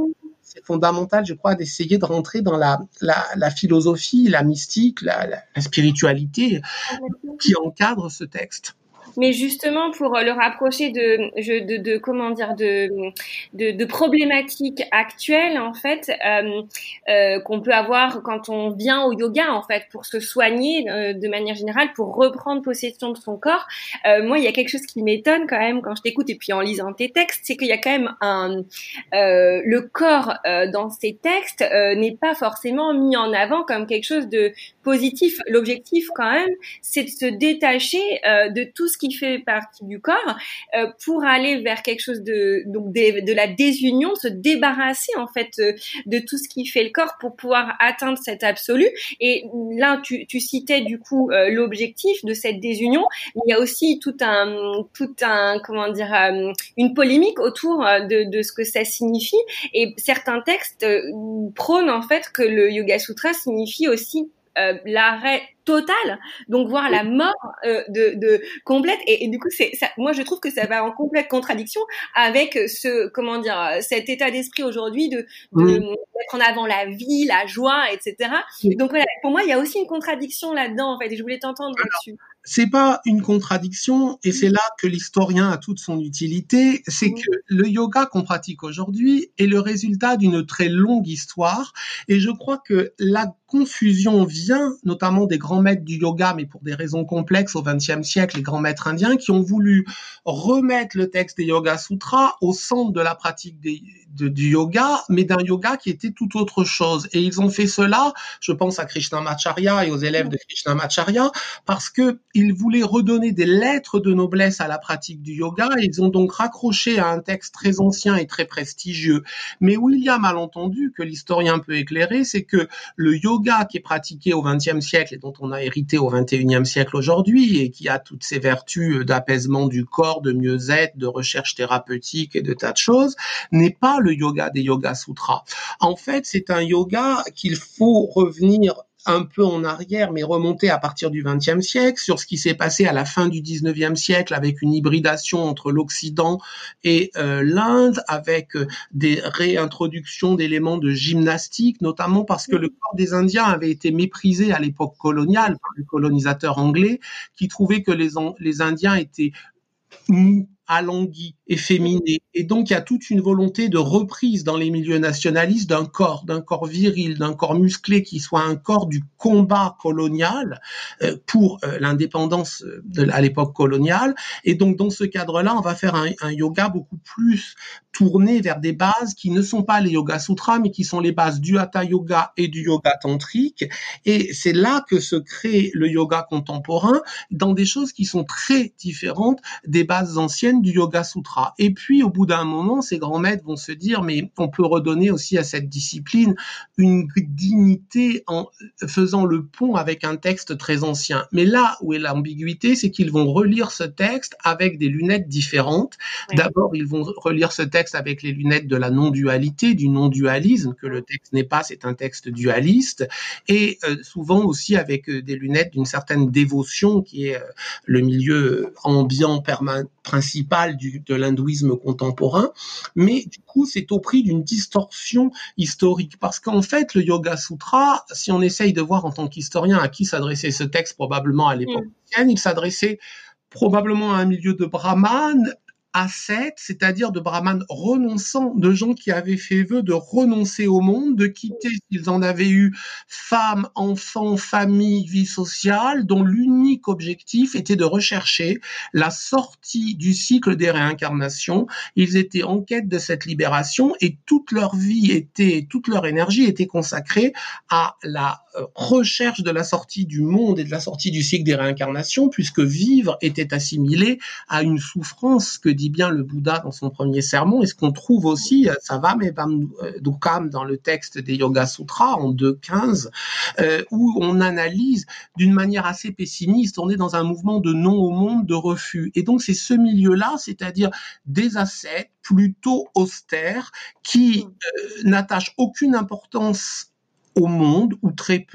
c'est fondamental, je crois, d'essayer de rentrer dans la, la, la philosophie, la mystique, la, la, la spiritualité qui encadre ce texte. Mais justement, pour le rapprocher de, de, de, de comment dire, de, de, de problématiques actuelles, en fait, euh, euh, qu'on peut avoir quand on vient au yoga, en fait, pour se soigner euh, de manière générale, pour reprendre possession de son corps. Euh, moi, il y a quelque chose qui m'étonne quand même quand je t'écoute et puis en lisant tes textes, c'est qu'il y a quand même un, euh, le corps euh, dans ces textes euh, n'est pas forcément mis en avant comme quelque chose de positif. L'objectif, quand même, c'est de se détacher euh, de tout ce qui fait partie du corps euh, pour aller vers quelque chose de donc de, de la désunion, se débarrasser en fait euh, de tout ce qui fait le corps pour pouvoir atteindre cet absolu. Et là, tu, tu citais du coup euh, l'objectif de cette désunion. Il y a aussi tout un tout un comment dire euh, une polémique autour de, de ce que ça signifie. Et certains textes euh, prônent en fait que le Yoga Sutra signifie aussi Euh, l'arrêt total, donc voir la mort euh, de, de complète et, et du coup c'est ça, moi je trouve que ça va en complète contradiction avec ce comment dire cet état d'esprit aujourd'hui de, de mmh. mettre en avant la vie, la joie, et cetera. Mmh. Donc voilà, pour moi il y a aussi une contradiction là-dedans en fait et je voulais t'entendre Alors, là-dessus. C'est pas une contradiction et c'est là que l'historien a toute son utilité, c'est que le yoga qu'on pratique aujourd'hui est le résultat d'une très longue histoire et je crois que la confusion vient notamment des grands maîtres du yoga, mais pour des raisons complexes au vingtième siècle, les grands maîtres indiens qui ont voulu remettre le texte des Yoga Sutras au centre de la pratique des, de, du yoga, mais d'un yoga qui était tout autre chose. Et ils ont fait cela, je pense à Krishnamacharya et aux élèves de Krishnamacharya, parce que ils voulaient redonner des lettres de noblesse à la pratique du yoga et ils ont donc raccroché à un texte très ancien et très prestigieux. Mais où il y a malentendu, que l'historien peut éclairer, c'est que le yoga qui est pratiqué au vingtième siècle et dont on a hérité au vingt et unième siècle aujourd'hui et qui a toutes ces vertus d'apaisement du corps, de mieux-être, de recherche thérapeutique et de tas de choses, n'est pas le yoga des Yoga Sutras. En fait, c'est un yoga qu'il faut revenir un peu en arrière, mais remonter à partir du vingtième siècle, sur ce qui s'est passé à la fin du dix-neuvième siècle avec une hybridation entre l'Occident et euh, l'Inde, avec euh, des réintroductions d'éléments de gymnastique, notamment parce que le corps des Indiens avait été méprisé à l'époque coloniale par les colonisateurs anglais, qui trouvaient que les, les Indiens étaient mous, alanguis, efféminés. Et donc, il y a toute une volonté de reprise dans les milieux nationalistes d'un corps, d'un corps viril, d'un corps musclé qui soit un corps du combat colonial euh, pour euh, l'indépendance de, à l'époque coloniale. Et donc, dans ce cadre-là, on va faire un, un yoga beaucoup plus tourné vers des bases qui ne sont pas les Yoga Sutras, mais qui sont les bases du Hatha Yoga et du yoga tantrique. Et c'est là que se crée le yoga contemporain, dans des choses qui sont très différentes des bases anciennes du Yoga Sutra. Et puis, au bout d'un moment, ces grands maîtres vont se dire, mais on peut redonner aussi à cette discipline une dignité en faisant le pont avec un texte très ancien. Mais là où est l'ambiguïté, c'est qu'ils vont relire ce texte avec des lunettes différentes. Oui. D'abord, ils vont relire ce texte avec les lunettes de la non-dualité, du non-dualisme, que le texte n'est pas, c'est un texte dualiste, et euh, souvent aussi avec euh, des lunettes d'une certaine dévotion qui est euh, le milieu ambiant permanent principal du, de l'hindouisme contemporain, mais du coup, c'est au prix d'une distorsion historique, parce qu'en fait, le Yoga Sutra, si on essaye de voir en tant qu'historien à qui s'adressait ce texte, probablement à l'époque ancienne, mmh. il s'adressait probablement à un milieu de brahmanes, ascètes, c'est-à-dire de brahmanes renonçants, de gens qui avaient fait vœu de renoncer au monde, de quitter, s'ils en avaient eu, femmes, enfants, famille, vie sociale, dont l'unique objectif était de rechercher la sortie du cycle des réincarnations. Ils étaient en quête de cette libération et toute leur vie était, toute leur énergie était consacrée à la recherche de la sortie du monde et de la sortie du cycle des réincarnations, puisque vivre était assimilé à une souffrance que dit bien le Bouddha dans son premier sermon, et ce qu'on trouve aussi, Savamedam Dukkam, dans le texte des Yoga Sutras, en deux quinze, euh, où on analyse d'une manière assez pessimiste, on est dans un mouvement de non au monde, de refus. Et donc c'est ce milieu-là, c'est-à-dire des ascètes plutôt austères, qui euh, n'attachent aucune importance au monde, ou très peu,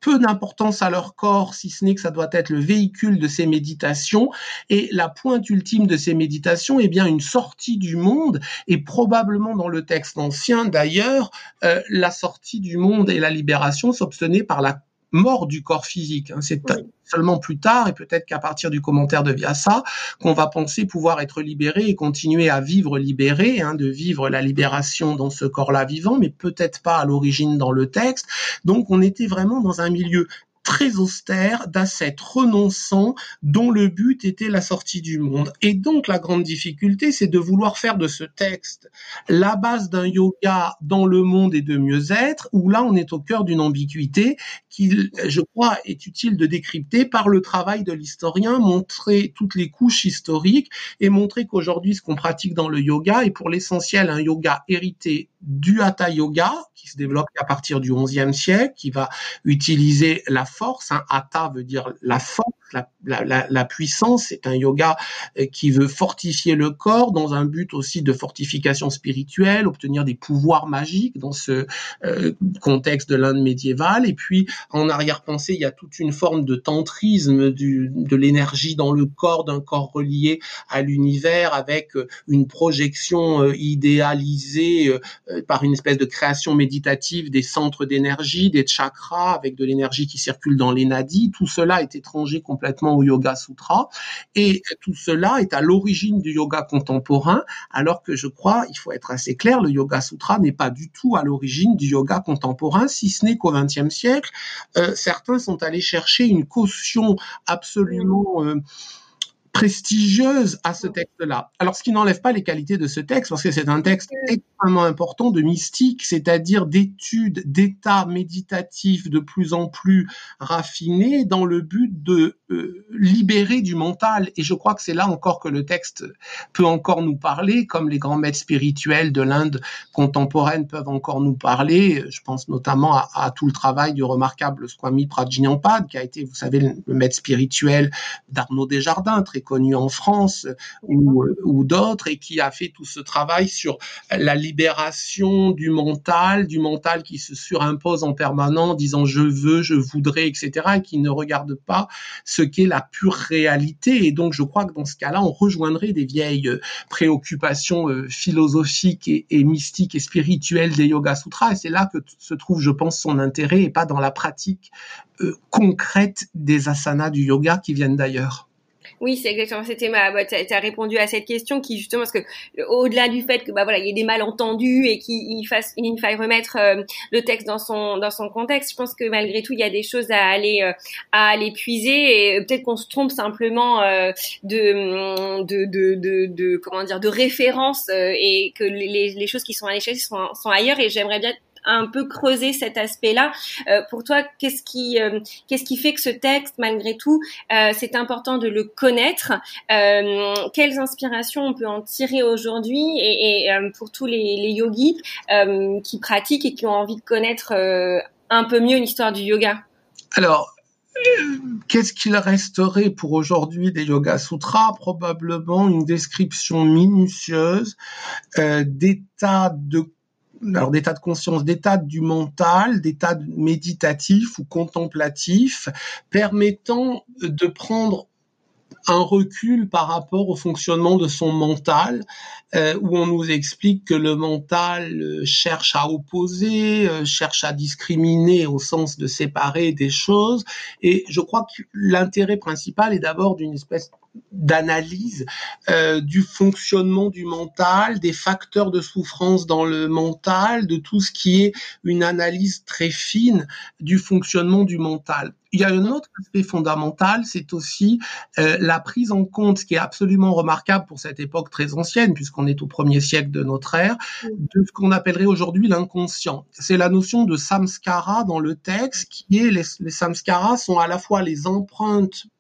peu d'importance à leur corps, si ce n'est que ça doit être le véhicule de ces méditations. Et la pointe ultime de ces méditations est bien une sortie du monde, et probablement dans le texte ancien d'ailleurs, euh, la sortie du monde et la libération s'obtenaient par la mort du corps physique. C'est oui. Seulement plus tard, et peut-être qu'à partir du commentaire de Vyasa, qu'on va penser pouvoir être libéré et continuer à vivre libéré, hein, de vivre la libération dans ce corps-là vivant, mais peut-être pas à l'origine dans le texte. Donc on était vraiment dans un milieu très austère, d'ascètes renonçants, dont le but était la sortie du monde. Et donc, la grande difficulté, c'est de vouloir faire de ce texte la base d'un yoga dans le monde et de mieux-être, où là, on est au cœur d'une ambiguïté qui, je crois, est utile de décrypter par le travail de l'historien, montrer toutes les couches historiques et montrer qu'aujourd'hui, ce qu'on pratique dans le yoga est pour l'essentiel un yoga hérité du Hatha Yoga, qui se développe à partir du onzième siècle, qui va utiliser la force. Hein. Hatha veut dire la force, la, la, la, la puissance. C'est un yoga qui veut fortifier le corps dans un but aussi de fortification spirituelle, obtenir des pouvoirs magiques dans ce euh, contexte de l'Inde médiévale. Et puis, en arrière-pensée, il y a toute une forme de tantrisme du, de l'énergie dans le corps, d'un corps relié à l'univers, avec une projection euh, idéalisée euh, par une espèce de création méditative des centres d'énergie, des chakras, avec de l'énergie qui circule dans les nadis. Tout cela est étranger complètement au Yoga Sutra, et tout cela est à l'origine du yoga contemporain, alors que je crois, il faut être assez clair, le Yoga Sutra n'est pas du tout à l'origine du yoga contemporain, si ce n'est qu'au vingtième siècle, euh, certains sont allés chercher une caution absolument euh, prestigieuse à ce texte-là. Alors, ce qui n'enlève pas les qualités de ce texte, parce que c'est un texte extrêmement important de mystique, c'est-à-dire d'études, d'états méditatifs de plus en plus raffinés dans le but de euh, libérer du mental. Et je crois que c'est là encore que le texte peut encore nous parler, comme les grands maîtres spirituels de l'Inde contemporaine peuvent encore nous parler. Je pense notamment à, à tout le travail du remarquable Swami Prajnapada, qui a été, vous savez, le, le maître spirituel d'Arnaud Desjardins, très connu en France ou, ou d'autres, et qui a fait tout ce travail sur la libération du mental, du mental qui se surimpose en permanence, disant je veux, je voudrais, et cetera, et qui ne regarde pas ce qu'est la pure réalité. Et donc je crois que dans ce cas-là, on rejoindrait des vieilles préoccupations philosophiques et, et mystiques et spirituelles des Yoga Sutras, et c'est là que se trouve, je pense, son intérêt, et pas dans la pratique euh, concrète des asanas du yoga qui viennent d'ailleurs. Oui, c'est exactement. C'était ma. Bah, tu as répondu à cette question qui justement parce que au-delà du fait que bah voilà il y ait des malentendus et qu'il fasse il faille remettre euh, le texte dans son dans son contexte, je pense que malgré tout il y a des choses à aller euh, à aller puiser, et peut-être qu'on se trompe simplement euh, de, de de de de comment dire de référence euh, et que les les choses qui sont à l'échelle sont sont ailleurs, et j'aimerais bien un peu creuser cet aspect-là. Euh, pour toi, qu'est-ce qui, euh, qu'est-ce qui fait que ce texte, malgré tout, euh, c'est important de le connaître? Euh, quelles inspirations on peut en tirer aujourd'hui, et, et euh, pour tous les, les yogis euh, qui pratiquent et qui ont envie de connaître euh, un peu mieux l'histoire du yoga? Alors, qu'est-ce qu'il resterait pour aujourd'hui des Yoga Sutras? Probablement une description minutieuse euh, d'états de alors d'état de conscience, d'état du mental, d'état méditatif ou contemplatif, permettant de prendre un recul par rapport au fonctionnement de son mental, euh, où on nous explique que le mental euh, cherche à opposer, euh, cherche à discriminer au sens de séparer des choses. Et je crois que l'intérêt principal est d'abord d'une espèce d'analyse euh, du fonctionnement du mental, des facteurs de souffrance dans le mental, de tout ce qui est une analyse très fine du fonctionnement du mental. Il y a un autre aspect fondamental, c'est aussi euh, la prise en compte, ce qui est absolument remarquable pour cette époque très ancienne, puisqu'on est au premier siècle de notre ère, de ce qu'on appellerait aujourd'hui l'inconscient. C'est la notion de samskara dans le texte, qui est, les, les samskaras sont à la fois les empreintes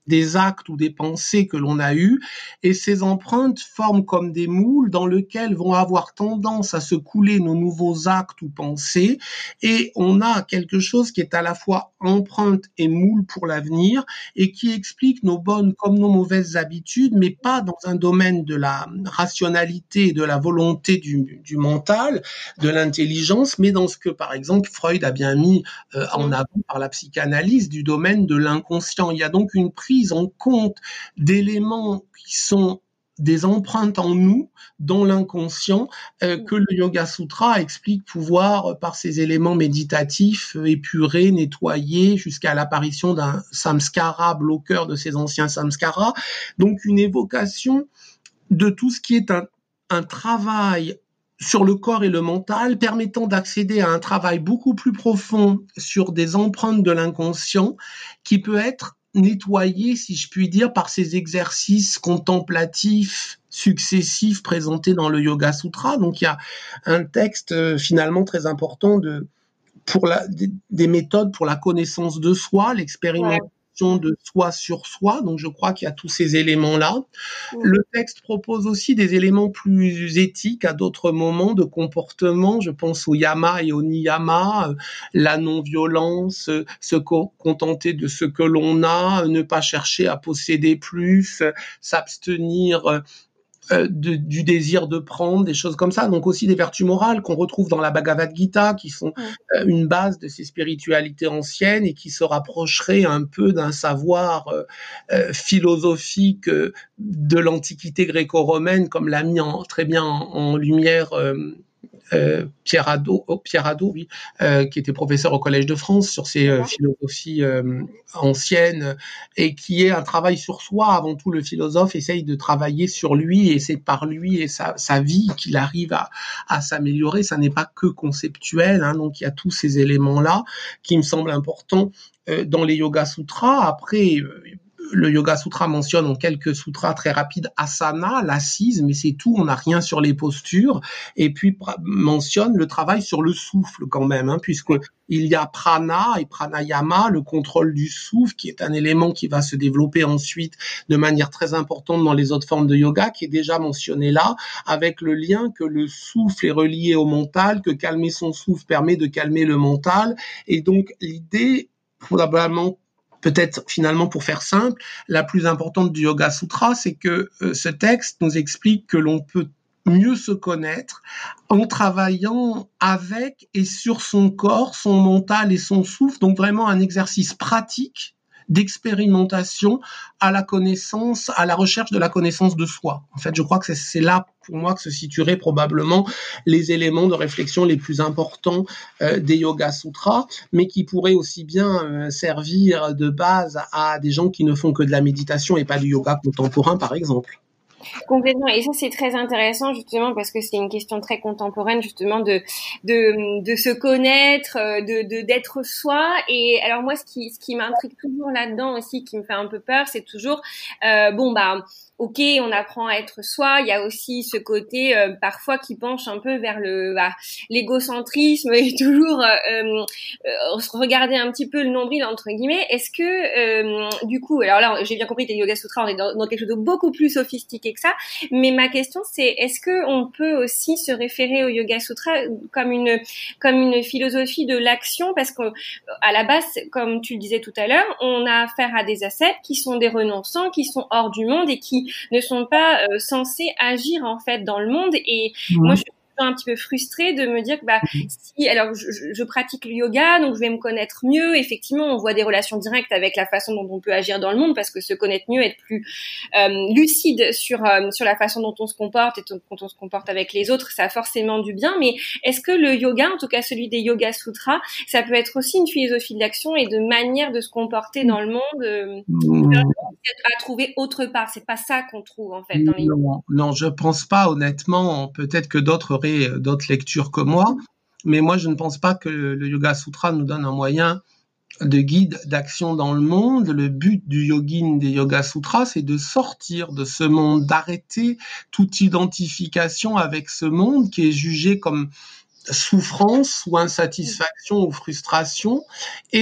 des actes ou des pensées que l'on a eus, et ces empreintes forment comme des moules dans lesquels vont avoir tendance à se couler nos nouveaux actes ou pensées, et on a quelque chose qui est à la fois empreinte et moule pour l'avenir, et qui explique nos bonnes comme nos mauvaises habitudes, mais pas dans un domaine de la rationalité et de la volonté du, du mental, de l'intelligence, mais dans ce que, par exemple, Freud a bien mis euh, en avant par la psychanalyse, du domaine de l'inconscient. Il y a donc une prise en compte d'éléments qui sont des empreintes en nous, dans l'inconscient, euh, que le Yoga Sutra explique pouvoir, par ces éléments méditatifs, épurer, nettoyer, jusqu'à l'apparition d'un samskara, bloqueur de ces anciens samskaras. Donc une évocation de tout ce qui est un, un travail sur le corps et le mental, permettant d'accéder à un travail beaucoup plus profond sur des empreintes de l'inconscient, qui peut être nettoyé, si je puis dire, par ces exercices contemplatifs successifs présentés dans le Yoga Sutra. Donc il y a un texte euh, finalement très important de, pour la, des, des méthodes pour la connaissance de soi, l'expérimentation ouais. de soi sur soi. Donc je crois qu'il y a tous ces éléments-là. Mmh. Le texte propose aussi des éléments plus éthiques à d'autres moments de comportement. Je pense au yama et au niyama, la non-violence, se contenter de ce que l'on a, ne pas chercher à posséder plus, s'abstenir Euh, de, du désir de prendre, des choses comme ça. Donc aussi des vertus morales qu'on retrouve dans la Bhagavad Gita, qui sont euh, une base de ces spiritualités anciennes et qui se rapprocheraient un peu d'un savoir euh, euh, philosophique euh, de l'Antiquité gréco-romaine, comme l'a mis en, très bien en, en lumière euh, Euh, Pierre Hadot, oh, Pierre Hadot, oui, euh, qui était professeur au Collège de France sur ces euh, philosophies euh, anciennes, et qui est un travail sur soi. Avant tout, le philosophe essaye de travailler sur lui, et c'est par lui et sa, sa vie qu'il arrive à, à s'améliorer. Ça n'est pas que conceptuel, hein, donc il y a tous ces éléments-là qui me semblent importants euh, dans les Yoga Sutras. Après, euh, le Yoga Sutra mentionne en quelques sutras très rapides asana, l'assise, mais c'est tout, on n'a rien sur les postures, et puis mentionne le travail sur le souffle quand même, hein, puisque il y a prana et pranayama, le contrôle du souffle, qui est un élément qui va se développer ensuite de manière très importante dans les autres formes de yoga, qui est déjà mentionné là, avec le lien que le souffle est relié au mental, que calmer son souffle permet de calmer le mental, et donc l'idée, probablement, peut-être finalement pour faire simple, la plus importante du Yoga Sutra, c'est que euh, ce texte nous explique que l'on peut mieux se connaître en travaillant avec et sur son corps, son mental et son souffle, donc vraiment un exercice pratique d'expérimentation à la connaissance, à la recherche de la connaissance de soi. En fait, je crois que c'est, c'est là, pour moi, que se situeraient probablement les éléments de réflexion les plus importants euh, des Yoga Sutras, mais qui pourraient aussi bien euh, servir de base à des gens qui ne font que de la méditation et pas du yoga contemporain, par exemple. Complètement. Et ça, c'est très intéressant, justement, parce que c'est une question très contemporaine, justement, de, de, de se connaître, de, de, d'être soi. Et alors, moi, ce qui, ce qui m'intrigue toujours là-dedans aussi, qui me fait un peu peur, c'est toujours, euh, bon, bah, ok, on apprend à être soi. Il y a aussi ce côté, euh, parfois, qui penche un peu vers le, bah, l'égocentrisme et toujours, euh, euh, regarder un petit peu le nombril, entre guillemets. Est-ce que, euh, du coup, alors là, j'ai bien compris que les Yoga Sutras, on est dans, dans quelque chose de beaucoup plus sophistiqué que ça. Mais ma question, c'est, est-ce que on peut aussi se référer au Yoga Sutra comme une, comme une philosophie de l'action? Parce que, à la base, comme tu le disais tout à l'heure, on a affaire à des ascètes qui sont des renonçants, qui sont hors du monde et qui ne sont pas euh, censés agir, en fait, dans le monde. Et mmh. moi, je suis un petit peu frustrée de me dire que bah si alors je, je pratique le yoga, donc je vais me connaître mieux. Effectivement, on voit des relations directes avec la façon dont on peut agir dans le monde, parce que se connaître mieux, être plus euh, lucide sur euh, sur la façon dont on se comporte et quand on se comporte avec les autres, ça a forcément du bien. Mais est-ce que le yoga, en tout cas celui des Yoga Sutras, ça peut être aussi une philosophie de l'action et de manière de se comporter dans le monde euh, mmh. à trouver autre part? C'est pas ça qu'on trouve en fait dans les non, non, je pense pas, honnêtement. Peut-être que d'autres d'autres lectures que moi, mais moi je ne pense pas que le Yoga Sutra nous donne un moyen de guide d'action dans le monde. Le but du yogin des Yoga Sutras, c'est de sortir de ce monde, d'arrêter toute identification avec ce monde qui est jugé comme souffrance ou insatisfaction ou frustration, et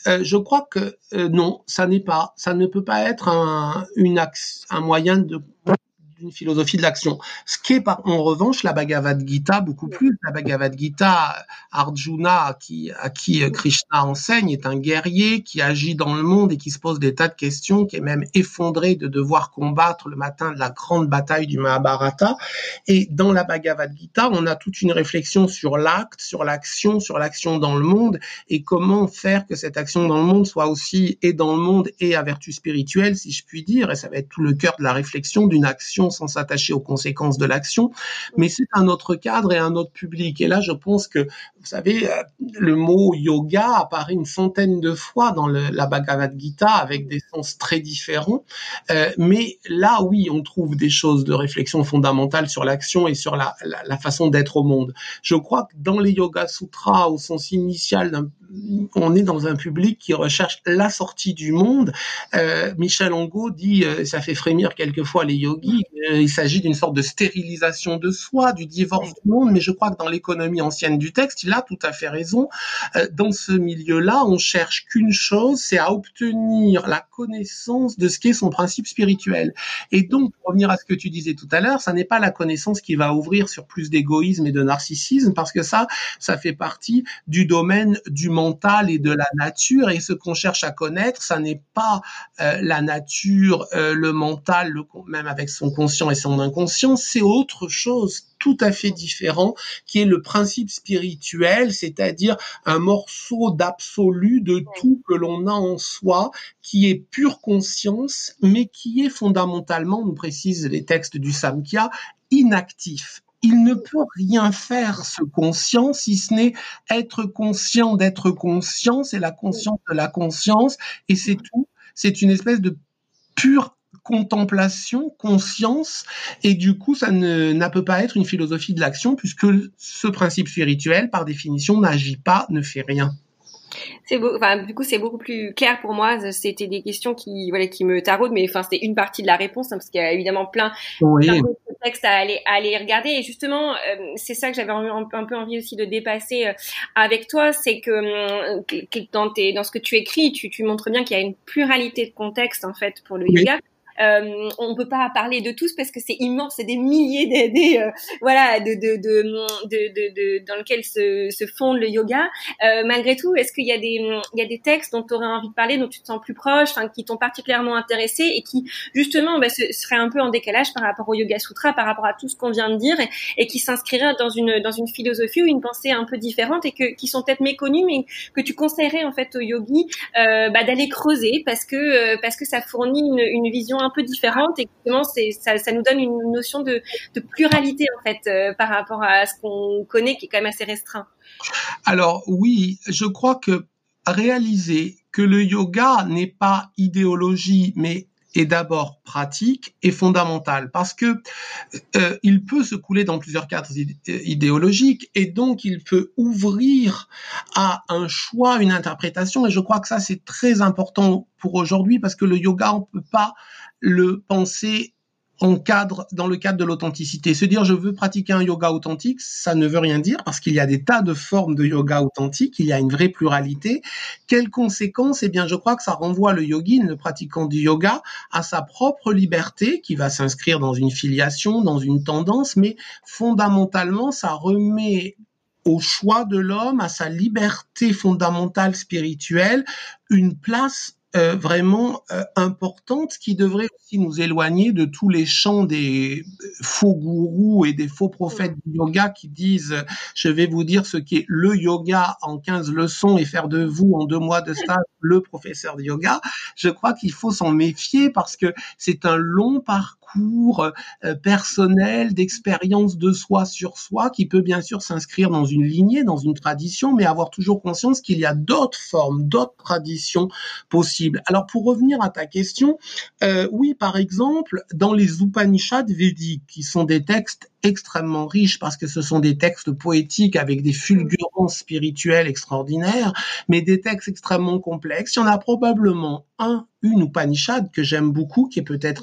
Euh, je crois que euh, non, ça n'est pas, ça ne peut pas être un, une axe, un moyen de d'une philosophie de l'action. Ce qui est par, en revanche la Bhagavad Gita, beaucoup plus. La Bhagavad Gita, Arjuna, à qui, à qui Krishna enseigne, est un guerrier qui agit dans le monde et qui se pose des tas de questions, qui est même effondré de devoir combattre le matin de la grande bataille du Mahabharata. Et dans la Bhagavad Gita, on a toute une réflexion sur l'acte, sur l'action, sur l'action dans le monde et comment faire que cette action dans le monde soit aussi et dans le monde et à vertu spirituelle, si je puis dire. Et ça va être tout le cœur de la réflexion d'une action sans s'attacher aux conséquences de l'action, mais c'est un autre cadre et un autre public. Et là, je pense que, vous savez, le mot yoga apparaît une centaine de fois dans le, la Bhagavad Gita avec des sens très différents, euh, mais là, oui, on trouve des choses de réflexion fondamentale sur l'action et sur la, la, la façon d'être au monde. Je crois que dans les Yoga Sutras, au sens initial, on est dans un public qui recherche la sortie du monde. Euh, Michel Ongo dit, euh, ça fait frémir quelquefois les yogis, euh, il s'agit d'une sorte de stérilisation de soi, du divorce du monde, mais je crois que dans l'économie ancienne du texte, il a tout à fait raison. Euh, dans ce milieu-là, on cherche qu'une chose, c'est à obtenir la connaissance de ce qu'est son principe spirituel. Et donc, pour revenir à ce que tu disais tout à l'heure, ça n'est pas la connaissance qui va ouvrir sur plus d'égoïsme et de narcissisme, parce que ça, ça fait partie du domaine du mental et de la nature, et ce qu'on cherche à connaître, ça n'est pas euh, la nature, euh, le mental, le, même avec son conscient et son inconscient, c'est autre chose tout à fait différent, qui est le principe spirituel, c'est-à-dire un morceau d'absolu de tout que l'on a en soi, qui est pure conscience, mais qui est fondamentalement, nous précisent les textes du Samkhya, inactif. Il ne peut rien faire, ce conscient, si ce n'est être conscient d'être conscient, c'est la conscience de la conscience, et c'est tout. C'est une espèce de pure contemplation, conscience, et du coup, ça ne, ne peut pas être une philosophie de l'action, puisque ce principe spirituel, par définition, n'agit pas, ne fait rien. C'est beau, enfin, du coup, c'est beaucoup plus clair pour moi. C'était des questions qui, voilà, qui me taraudent, mais enfin, c'était une partie de la réponse, hein, parce qu'il y a évidemment plein, oui. plein de textes à aller, à aller regarder. Et justement, euh, c'est ça que j'avais un, un peu envie aussi de dépasser euh, avec toi, c'est que, euh, que dans, tes, dans ce que tu écris, tu, tu montres bien qu'il y a une pluralité de contextes en fait pour le oui. yoga. Euh, on peut pas parler de tous parce que c'est immense, c'est des milliers d'idées, euh, voilà, de de de de, de, de dans lequel se, se fonde le yoga. Euh, malgré tout, est-ce qu'il y a des il y a des textes dont tu aurais envie de parler, dont tu te sens plus proche, enfin qui t'ont particulièrement intéressé et qui justement bah, ce serait un peu en décalage par rapport au Yoga Sutra, par rapport à tout ce qu'on vient de dire et, et qui s'inscriraient dans une dans une philosophie ou une pensée un peu différente et que qui sont peut-être méconnues mais que tu conseillerais en fait aux yogis euh, bah, d'aller creuser parce que euh, parce que ça fournit une, une vision un peu différente et justement c'est ça, ça nous donne une notion de, de pluralité en fait euh, par rapport à ce qu'on connaît qui est quand même assez restreint. Alors oui, je crois que réaliser que le yoga n'est pas idéologie mais est d'abord pratique et fondamental parce que euh, il peut se couler dans plusieurs cadres idéologiques et donc il peut ouvrir à un choix, une interprétation et je crois que ça c'est très important pour aujourd'hui parce que le yoga on peut pas le penser en cadre, dans le cadre de l'authenticité. Se dire je veux pratiquer un yoga authentique, ça ne veut rien dire parce qu'il y a des tas de formes de yoga authentique, il y a une vraie pluralité. Quelles conséquences? Eh bien, je crois que ça renvoie le yogi, le pratiquant du yoga, à sa propre liberté qui va s'inscrire dans une filiation, dans une tendance, mais fondamentalement, ça remet au choix de l'homme, à sa liberté fondamentale spirituelle, une place Euh, vraiment euh, importante qui devrait aussi nous éloigner de tous les chants des faux gourous et des faux prophètes du yoga qui disent euh, je vais vous dire ce qu'est le yoga en quinze leçons et faire de vous en deux mois de stage le professeur de yoga. Je crois qu'il faut s'en méfier parce que c'est un long parcours euh, personnel d'expérience de soi sur soi qui peut bien sûr s'inscrire dans une lignée, dans une tradition, mais avoir toujours conscience qu'il y a d'autres formes, d'autres traditions possibles. Alors, pour revenir à ta question, euh, oui, par exemple, dans les Upanishads védiques, qui sont des textes extrêmement riches parce que ce sont des textes poétiques avec des fulgurances spirituelles extraordinaires, mais des textes extrêmement complexes. Il y en a probablement un, une Upanishad que j'aime beaucoup, qui est peut-être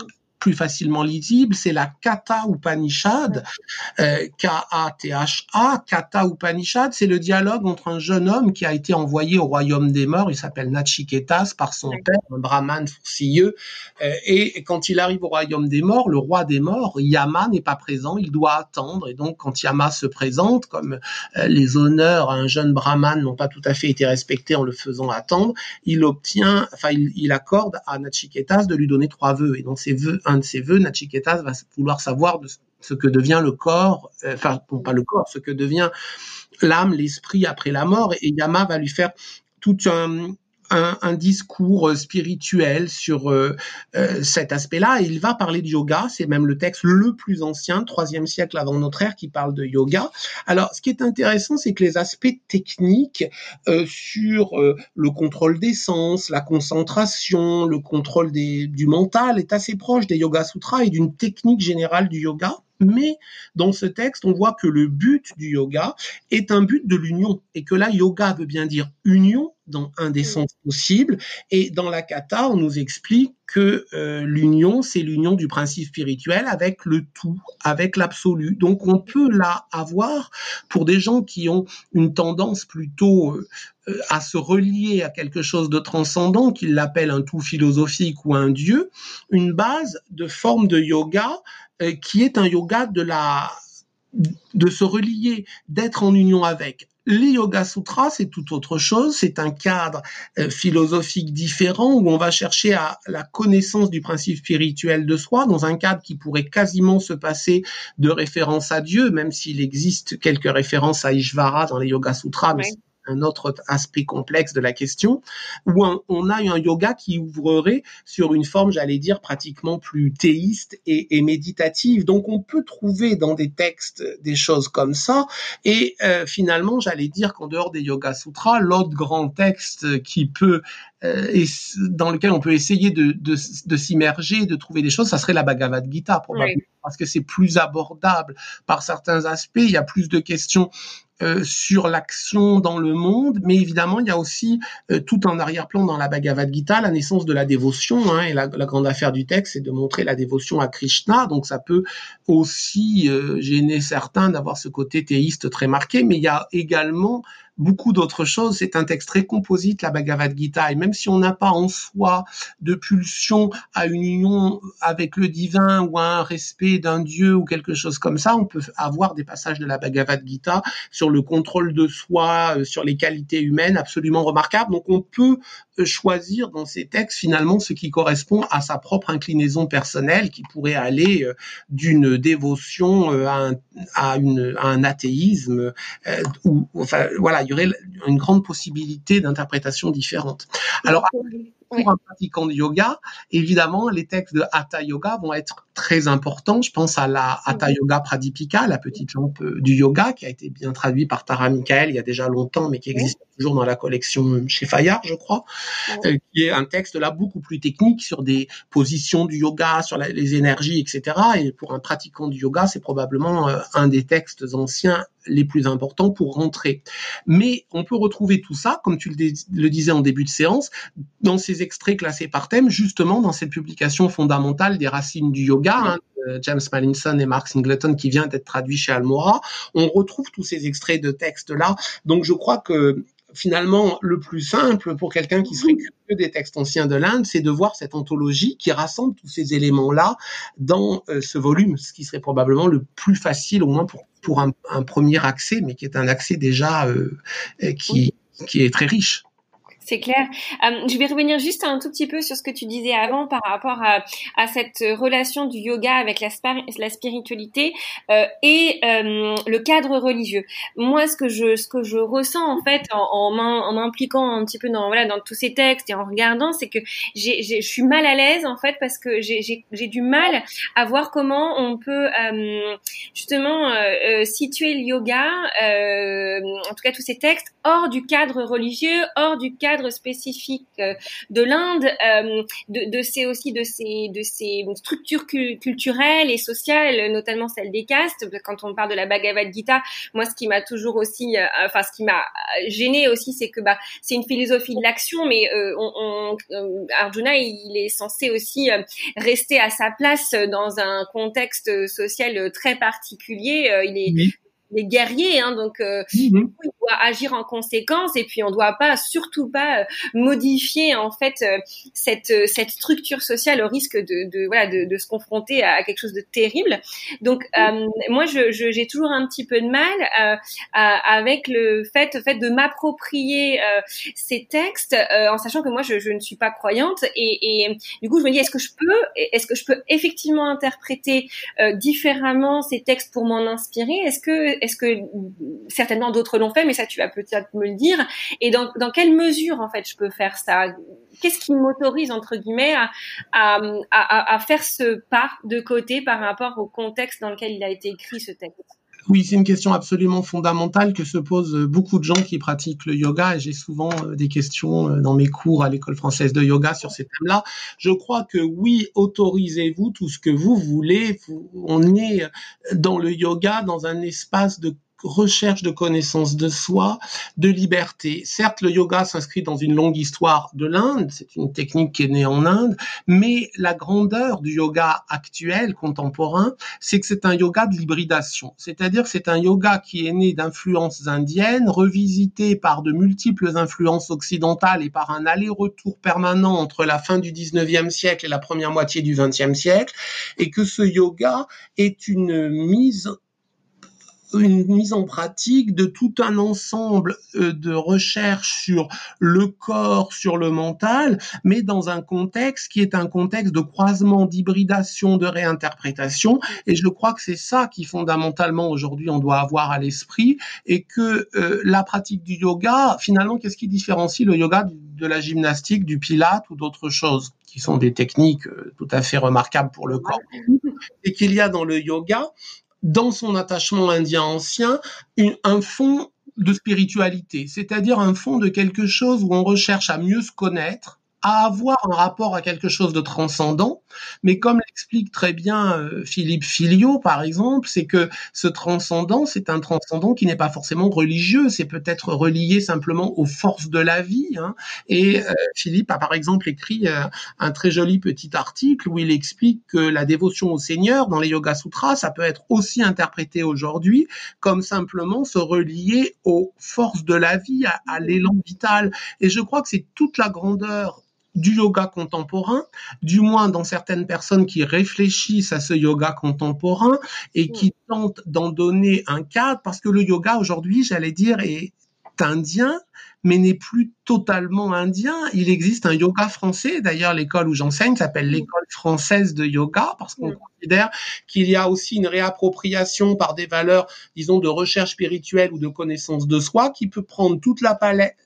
plus facilement lisible, c'est la Katha Upanishad, euh, K A T H A, Katha Upanishad, c'est le dialogue entre un jeune homme qui a été envoyé au royaume des morts, il s'appelle Nachiketas par son père, un brahman fourcilleux, euh, et quand il arrive au royaume des morts, le roi des morts, Yama, n'est pas présent, il doit attendre, et donc quand Yama se présente, comme euh, les honneurs à un jeune brahman n'ont pas tout à fait été respectés en le faisant attendre, il obtient, enfin il, il accorde à Nachiketas de lui donner trois vœux, et dans ces vœux, un de ces vœux, Nachiketas va vouloir savoir de ce que devient le corps, euh, enfin non pas le corps, ce que devient l'âme, l'esprit après la mort, et Yama va lui faire tout un Un, un discours spirituel sur euh, euh, cet aspect-là, et il va parler de yoga, c'est même le texte le plus ancien, troisième siècle avant notre ère, qui parle de yoga. Alors, ce qui est intéressant, c'est que les aspects techniques euh, sur euh, le contrôle des sens, la concentration, le contrôle des, du mental est assez proche des Yoga Sutras et d'une technique générale du yoga. Mais dans ce texte, on voit que le but du yoga est un but de l'union, et que là, yoga veut bien dire union dans un des sens possibles, et dans la Katha, on nous explique que euh, l'union, c'est l'union du principe spirituel avec le tout, avec l'absolu. Donc on peut là avoir, pour des gens qui ont une tendance plutôt euh, à se relier à quelque chose de transcendant, qu'ils l'appellent un tout philosophique ou un dieu, une base de forme de yoga euh, qui est un yoga de la de se relier, d'être en union avec. Les Yoga Sutras, c'est tout autre chose, c'est un cadre euh, philosophique différent où on va chercher à la connaissance du principe spirituel de soi dans un cadre qui pourrait quasiment se passer de référence à Dieu, même s'il existe quelques références à Ishvara dans les Yoga Sutras, mais ouais. C'est un autre aspect complexe de la question, où un, on a un yoga qui ouvrerait sur une forme, j'allais dire, pratiquement plus théiste et, et méditative. Donc on peut trouver dans des textes des choses comme ça, et euh, finalement, j'allais dire qu'en dehors des Yoga Sutras, l'autre grand texte qui peut euh, et dans lequel on peut essayer de, de, de s'immerger, de trouver des choses, ça serait la Bhagavad Gita, probablement, oui. Parce que c'est plus abordable par certains aspects, il y a plus de questions Euh, sur l'action dans le monde, mais évidemment, il y a aussi euh, tout un arrière-plan dans la Bhagavad Gita, la naissance de la dévotion, hein, et la, la grande affaire du texte, c'est de montrer la dévotion à Krishna, donc ça peut aussi euh, gêner certains d'avoir ce côté théiste très marqué, mais il y a également beaucoup d'autres choses. C'est un texte très composite, la Bhagavad Gita, et même si on n'a pas en soi de pulsion à une union avec le divin ou à un respect d'un dieu ou quelque chose comme ça, on peut avoir des passages de la Bhagavad Gita sur le contrôle de soi, sur les qualités humaines absolument remarquables. Donc on peut choisir dans ces textes finalement ce qui correspond à sa propre inclinaison personnelle, qui pourrait aller d'une dévotion à un, à une, à un athéisme, euh, ou enfin voilà, il y aurait une grande possibilité d'interprétation différente. Alors, pour un pratiquant de yoga, évidemment, les textes de Hatha Yoga vont être très importants. Je pense à la Hatha Yoga Pradipika, la petite lampe du yoga, qui a été bien traduit par Tara Michael il y a déjà longtemps, mais qui existe oui. toujours dans la collection chez Fayard, je crois, oui. euh, qui est un texte là beaucoup plus technique sur des positions du yoga, sur la, les énergies, et cetera. Et pour un pratiquant du yoga, c'est probablement euh, un des textes anciens les plus importants pour rentrer. Mais on peut retrouver tout ça, comme tu le, dé- le disais en début de séance, dans ces extraits classés par thème, justement dans cette publication fondamentale des racines du yoga, hein, de James Mallinson et Mark Singleton, qui vient d'être traduit chez Almora. On retrouve tous ces extraits de textes-là. Donc je crois que finalement, le plus simple pour quelqu'un qui serait curieux des textes anciens de l'Inde, c'est de voir cette anthologie qui rassemble tous ces éléments-là dans euh, ce volume, ce qui serait probablement le plus facile, au moins pour, pour un, un premier accès, mais qui est un accès déjà euh, qui, qui est très riche. C'est clair. Euh, je vais revenir juste un tout petit peu sur ce que tu disais avant par rapport à, à cette relation du yoga avec la, spar- la spiritualité euh, et euh, le cadre religieux. Moi, ce que je ce que je ressens en fait en, en, en m'impliquant un petit peu dans voilà dans tous ces textes et en regardant, c'est que j'ai, j'ai je suis mal à l'aise en fait parce que j'ai j'ai, j'ai du mal à voir comment on peut euh, justement euh, euh, situer le yoga, euh, en tout cas tous ces textes hors du cadre religieux, hors du cadre cadre spécifique euh, de l'Inde, euh, de, de ces aussi de ces de ces structures cu- culturelles et sociales, notamment celle des castes. Quand on parle de la Bhagavad Gita, moi, ce qui m'a toujours aussi, euh, enfin, ce qui m'a gêné aussi, c'est que bah, c'est une philosophie de l'action, mais euh, on, on, euh, Arjuna, il est censé aussi euh, rester à sa place dans un contexte social très particulier. Euh, il est Oui. les guerriers, hein, donc euh, Mmh. il doit agir en conséquence et puis on doit pas, surtout pas euh, modifier en fait euh, cette cette structure sociale au risque de, de voilà de, de se confronter à, à quelque chose de terrible. Donc euh, moi je, je j'ai toujours un petit peu de mal euh, à, avec le fait fait de m'approprier euh, ces textes euh, en sachant que moi je, je ne suis pas croyante et, et du coup je me dis est-ce que je peux est-ce que je peux effectivement interpréter euh, différemment ces textes pour m'en inspirer? Est-ce que Est-ce que certainement d'autres l'ont fait, mais ça tu vas peut-être me le dire. Et dans, dans quelle mesure en fait je peux faire ça? Qu'est-ce qui m'autorise entre guillemets à, à, à, à faire ce pas de côté par rapport au contexte dans lequel il a été écrit ce texte? Oui, c'est une question absolument fondamentale que se posent beaucoup de gens qui pratiquent le yoga et j'ai souvent des questions dans mes cours à l'école française de yoga sur ces thèmes-là. Je crois que oui, autorisez-vous tout ce que vous voulez. Vous, on est dans le yoga dans un espace de recherche de connaissance de soi, de liberté. Certes, le yoga s'inscrit dans une longue histoire de l'Inde, c'est une technique qui est née en Inde, mais la grandeur du yoga actuel, contemporain, c'est que c'est un yoga de l'hybridation. C'est-à-dire que c'est un yoga qui est né d'influences indiennes, revisité par de multiples influences occidentales et par un aller-retour permanent entre la fin du dix-neuvième siècle et la première moitié du vingtième siècle, et que ce yoga est une mise une mise en pratique de tout un ensemble de recherches sur le corps, sur le mental, mais dans un contexte qui est un contexte de croisement, d'hybridation, de réinterprétation. Et je crois que c'est ça qui fondamentalement aujourd'hui on doit avoir à l'esprit et que euh, la pratique du yoga, finalement, qu'est-ce qui différencie le yoga de la gymnastique, du pilate ou d'autres choses qui sont des techniques tout à fait remarquables pour le corps. Et qu'il y a dans le yoga, dans son attachement indien ancien, une, un fond de spiritualité, c'est-à-dire un fond de quelque chose où on recherche à mieux se connaître, à avoir un rapport à quelque chose de transcendant, mais comme l'explique très bien euh, Philippe Filliot, par exemple, c'est que ce transcendant, c'est un transcendant qui n'est pas forcément religieux, c'est peut-être relié simplement aux forces de la vie, hein. Et euh, Philippe a par exemple écrit euh, un très joli petit article où il explique que la dévotion au Seigneur, dans les Yoga Sutras, ça peut être aussi interprété aujourd'hui comme simplement se relier aux forces de la vie, à, à l'élan vital. Et je crois que c'est toute la grandeur du yoga contemporain, du moins dans certaines personnes qui réfléchissent à ce yoga contemporain et qui tentent d'en donner un cadre, parce que le yoga aujourd'hui, j'allais dire, est indien, mais n'est plus totalement indien. Il existe un yoga français, d'ailleurs l'école où j'enseigne s'appelle l'école française de yoga, parce qu'on considère qu'il y a aussi une réappropriation par des valeurs, disons, de recherche spirituelle ou de connaissance de soi, qui peut prendre toute la palette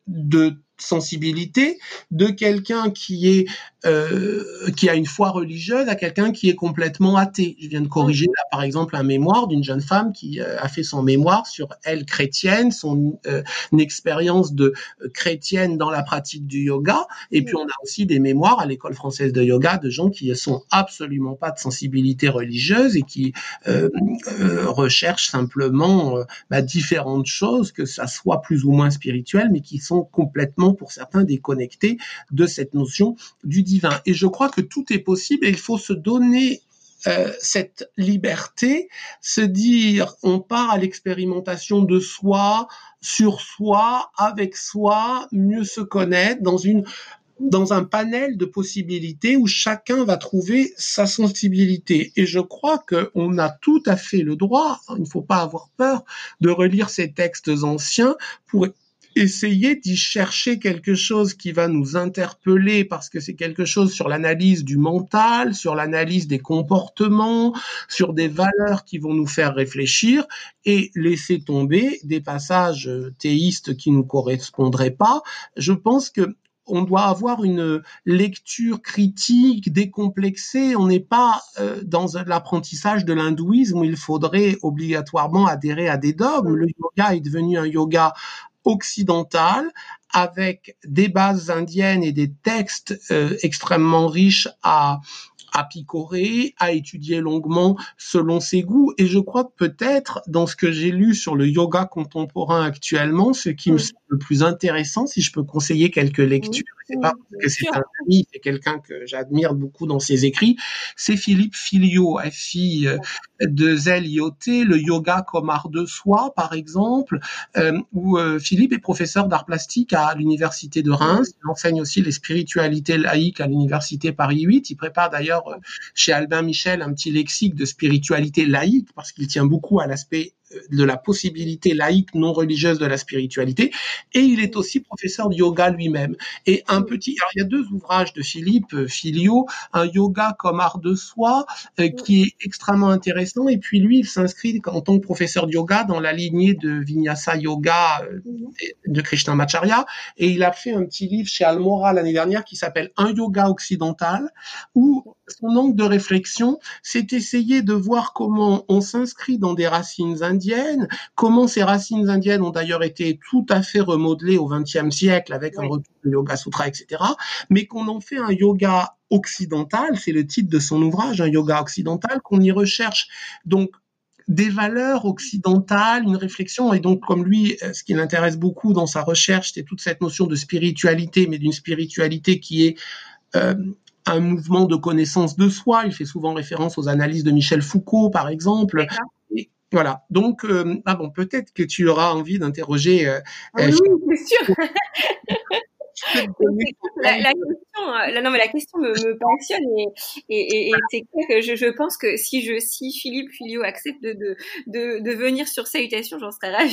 de sensibilité de quelqu'un qui est euh, qui a une foi religieuse à quelqu'un qui est complètement athée. Je viens de corriger là, par exemple un mémoire d'une jeune femme qui euh, a fait son mémoire sur elle chrétienne, son euh, une expérience de euh, chrétienne dans la pratique du yoga. Et puis on a aussi des mémoires à l'école française de yoga de gens qui sont absolument pas de sensibilité religieuse et qui euh, euh, recherchent simplement euh, bah, différentes choses, que ça soit plus ou moins spirituel, mais qui sont complètement pour certains déconnectés de cette notion du divin. Et je crois que tout est possible et il faut se donner euh, cette liberté, se dire on part à l'expérimentation de soi, sur soi, avec soi, mieux se connaître dans une dans un panel de possibilités où chacun va trouver sa sensibilité. Et je crois qu'on a tout à fait le droit, il ne faut pas avoir peur de relire ces textes anciens pour essayer d'y chercher quelque chose qui va nous interpeller parce que c'est quelque chose sur l'analyse du mental, sur l'analyse des comportements, sur des valeurs qui vont nous faire réfléchir et laisser tomber des passages théistes qui nous correspondraient pas. Je pense que on doit avoir une lecture critique, décomplexée. On n'est pas euh, dans l'apprentissage de l'hindouisme où il faudrait obligatoirement adhérer à des dogmes. Le yoga est devenu un yoga occidentale avec des bases indiennes et des textes euh, extrêmement riches à à picorer, à étudier longuement selon ses goûts. Et je crois que peut-être, dans ce que j'ai lu sur le yoga contemporain actuellement, ce qui me semble le plus intéressant, si je peux conseiller quelques lectures, c'est pas parce que c'est un ami, c'est quelqu'un que j'admire beaucoup dans ses écrits, c'est Philippe Filliot, F I deux L I O T, le yoga comme art de soi, par exemple, euh, où euh, Philippe est professeur d'art plastique à l'université de Reims. Il enseigne aussi les spiritualités laïques à l'université Paris huit. Il prépare d'ailleurs chez Albin Michel un petit lexique de spiritualité laïque parce qu'il tient beaucoup à l'aspect de la possibilité laïque non religieuse de la spiritualité, et il est aussi professeur de yoga lui-même. Et un petit, alors il y a deux ouvrages de Philippe Filliot, un yoga comme art de soi euh, qui est extrêmement intéressant, et puis lui il s'inscrit en tant que professeur de yoga dans la lignée de Vinyasa Yoga euh, de Krishnamacharya, et il a fait un petit livre chez Almora l'année dernière qui s'appelle Un yoga occidental, où son angle de réflexion, c'est essayer de voir comment on s'inscrit dans des racines indiennes, comment ces racines indiennes ont d'ailleurs été tout à fait remodelées au vingtième siècle avec un retour du Yoga Sutra, et cetera, mais qu'on en fait un yoga occidental, c'est le titre de son ouvrage, un yoga occidental, qu'on y recherche donc des valeurs occidentales, une réflexion, et donc comme lui, ce qui l'intéresse beaucoup dans sa recherche, c'est toute cette notion de spiritualité, mais d'une spiritualité qui est euh, un mouvement de connaissance de soi. Il fait souvent référence aux analyses de Michel Foucault, par exemple. Et voilà. Donc, euh, ah bon, peut-être que tu auras envie d'interroger. Euh, oui, euh, oui, c'est sûr. la, la question, la, non mais la question me, me passionne et, et, et, et c'est clair que je, je pense que si je, si Philippe Filliot accepte de, de, de, de venir sur Salutations, j'en serais ravie.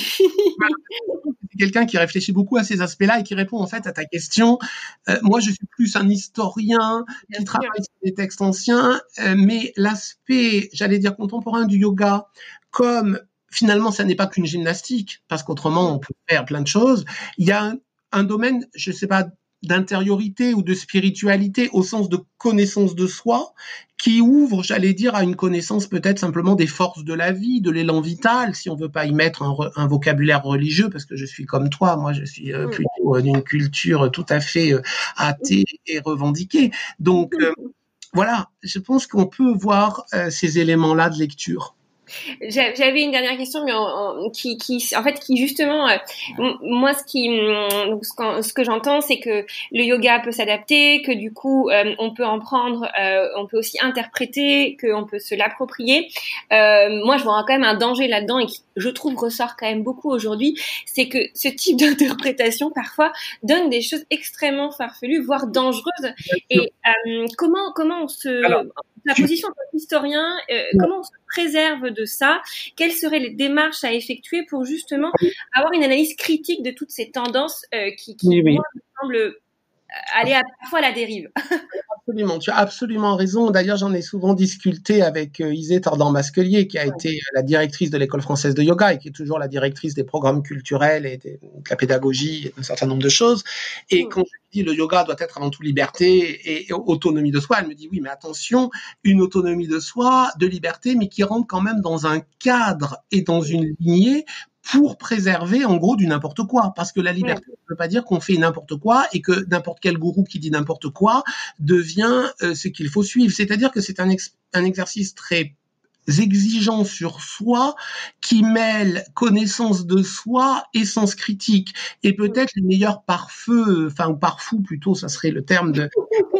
C'est quelqu'un qui réfléchit beaucoup à ces aspects-là et qui répond en fait à ta question. Euh, moi, je suis plus un historien qui travaille sur des textes anciens, euh, mais l'aspect, j'allais dire, contemporain du yoga, comme finalement, ça n'est pas qu'une gymnastique, parce qu'autrement, on peut faire plein de choses. Il y a un, un domaine, je ne sais pas, d'intériorité ou de spiritualité au sens de connaissance de soi qui ouvre, j'allais dire, à une connaissance peut-être simplement des forces de la vie, de l'élan vital, si on veut pas y mettre un, un vocabulaire religieux, parce que je suis comme toi, moi je suis euh, plutôt euh, d'une culture tout à fait euh, athée et revendiquée. Donc euh, voilà, je pense qu'on peut voir euh, ces éléments-là de lecture. J'avais une dernière question, mais en, en, qui, qui, en fait, qui justement, euh, moi, ce qui, donc, ce, ce que j'entends, c'est que le yoga peut s'adapter, que du coup, euh, on peut en prendre, euh, on peut aussi interpréter, qu'on peut se l'approprier. Euh, moi, je vois quand même un danger là-dedans et qui, je trouve, ressort quand même beaucoup aujourd'hui, c'est que ce type d'interprétation parfois donne des choses extrêmement farfelues, voire dangereuses. Et euh, comment, comment on se, Alors, la tu... position d'historien, euh, comment on se préserve de ça? Quelles seraient les démarches à effectuer pour justement avoir une analyse critique de toutes ces tendances euh, qui, qui oui, oui. moi, me semblent aller à, parfois à la dérive? Absolument, tu as absolument raison. D'ailleurs, j'en ai souvent discuté avec euh, Isée Tordant-Masquelier, qui a ouais. été la directrice de l'École française de yoga et qui est toujours la directrice des programmes culturels et de la pédagogie et d'un certain nombre de choses. Et ouais. quand je dis le yoga doit être avant tout liberté et, et autonomie de soi, elle me dit oui, mais attention, une autonomie de soi, de liberté, mais qui rentre quand même dans un cadre et dans une lignée pour préserver, en gros, du n'importe quoi. Parce que la liberté ne veut pas dire qu'on fait n'importe quoi et que n'importe quel gourou qui dit n'importe quoi devient euh, ce qu'il faut suivre. C'est-à-dire que c'est un, ex- un exercice très exigeant sur soi qui mêle connaissance de soi et sens critique. Et peut-être les meilleurs pare-feu, enfin, pare-fou plutôt, ça serait le terme de...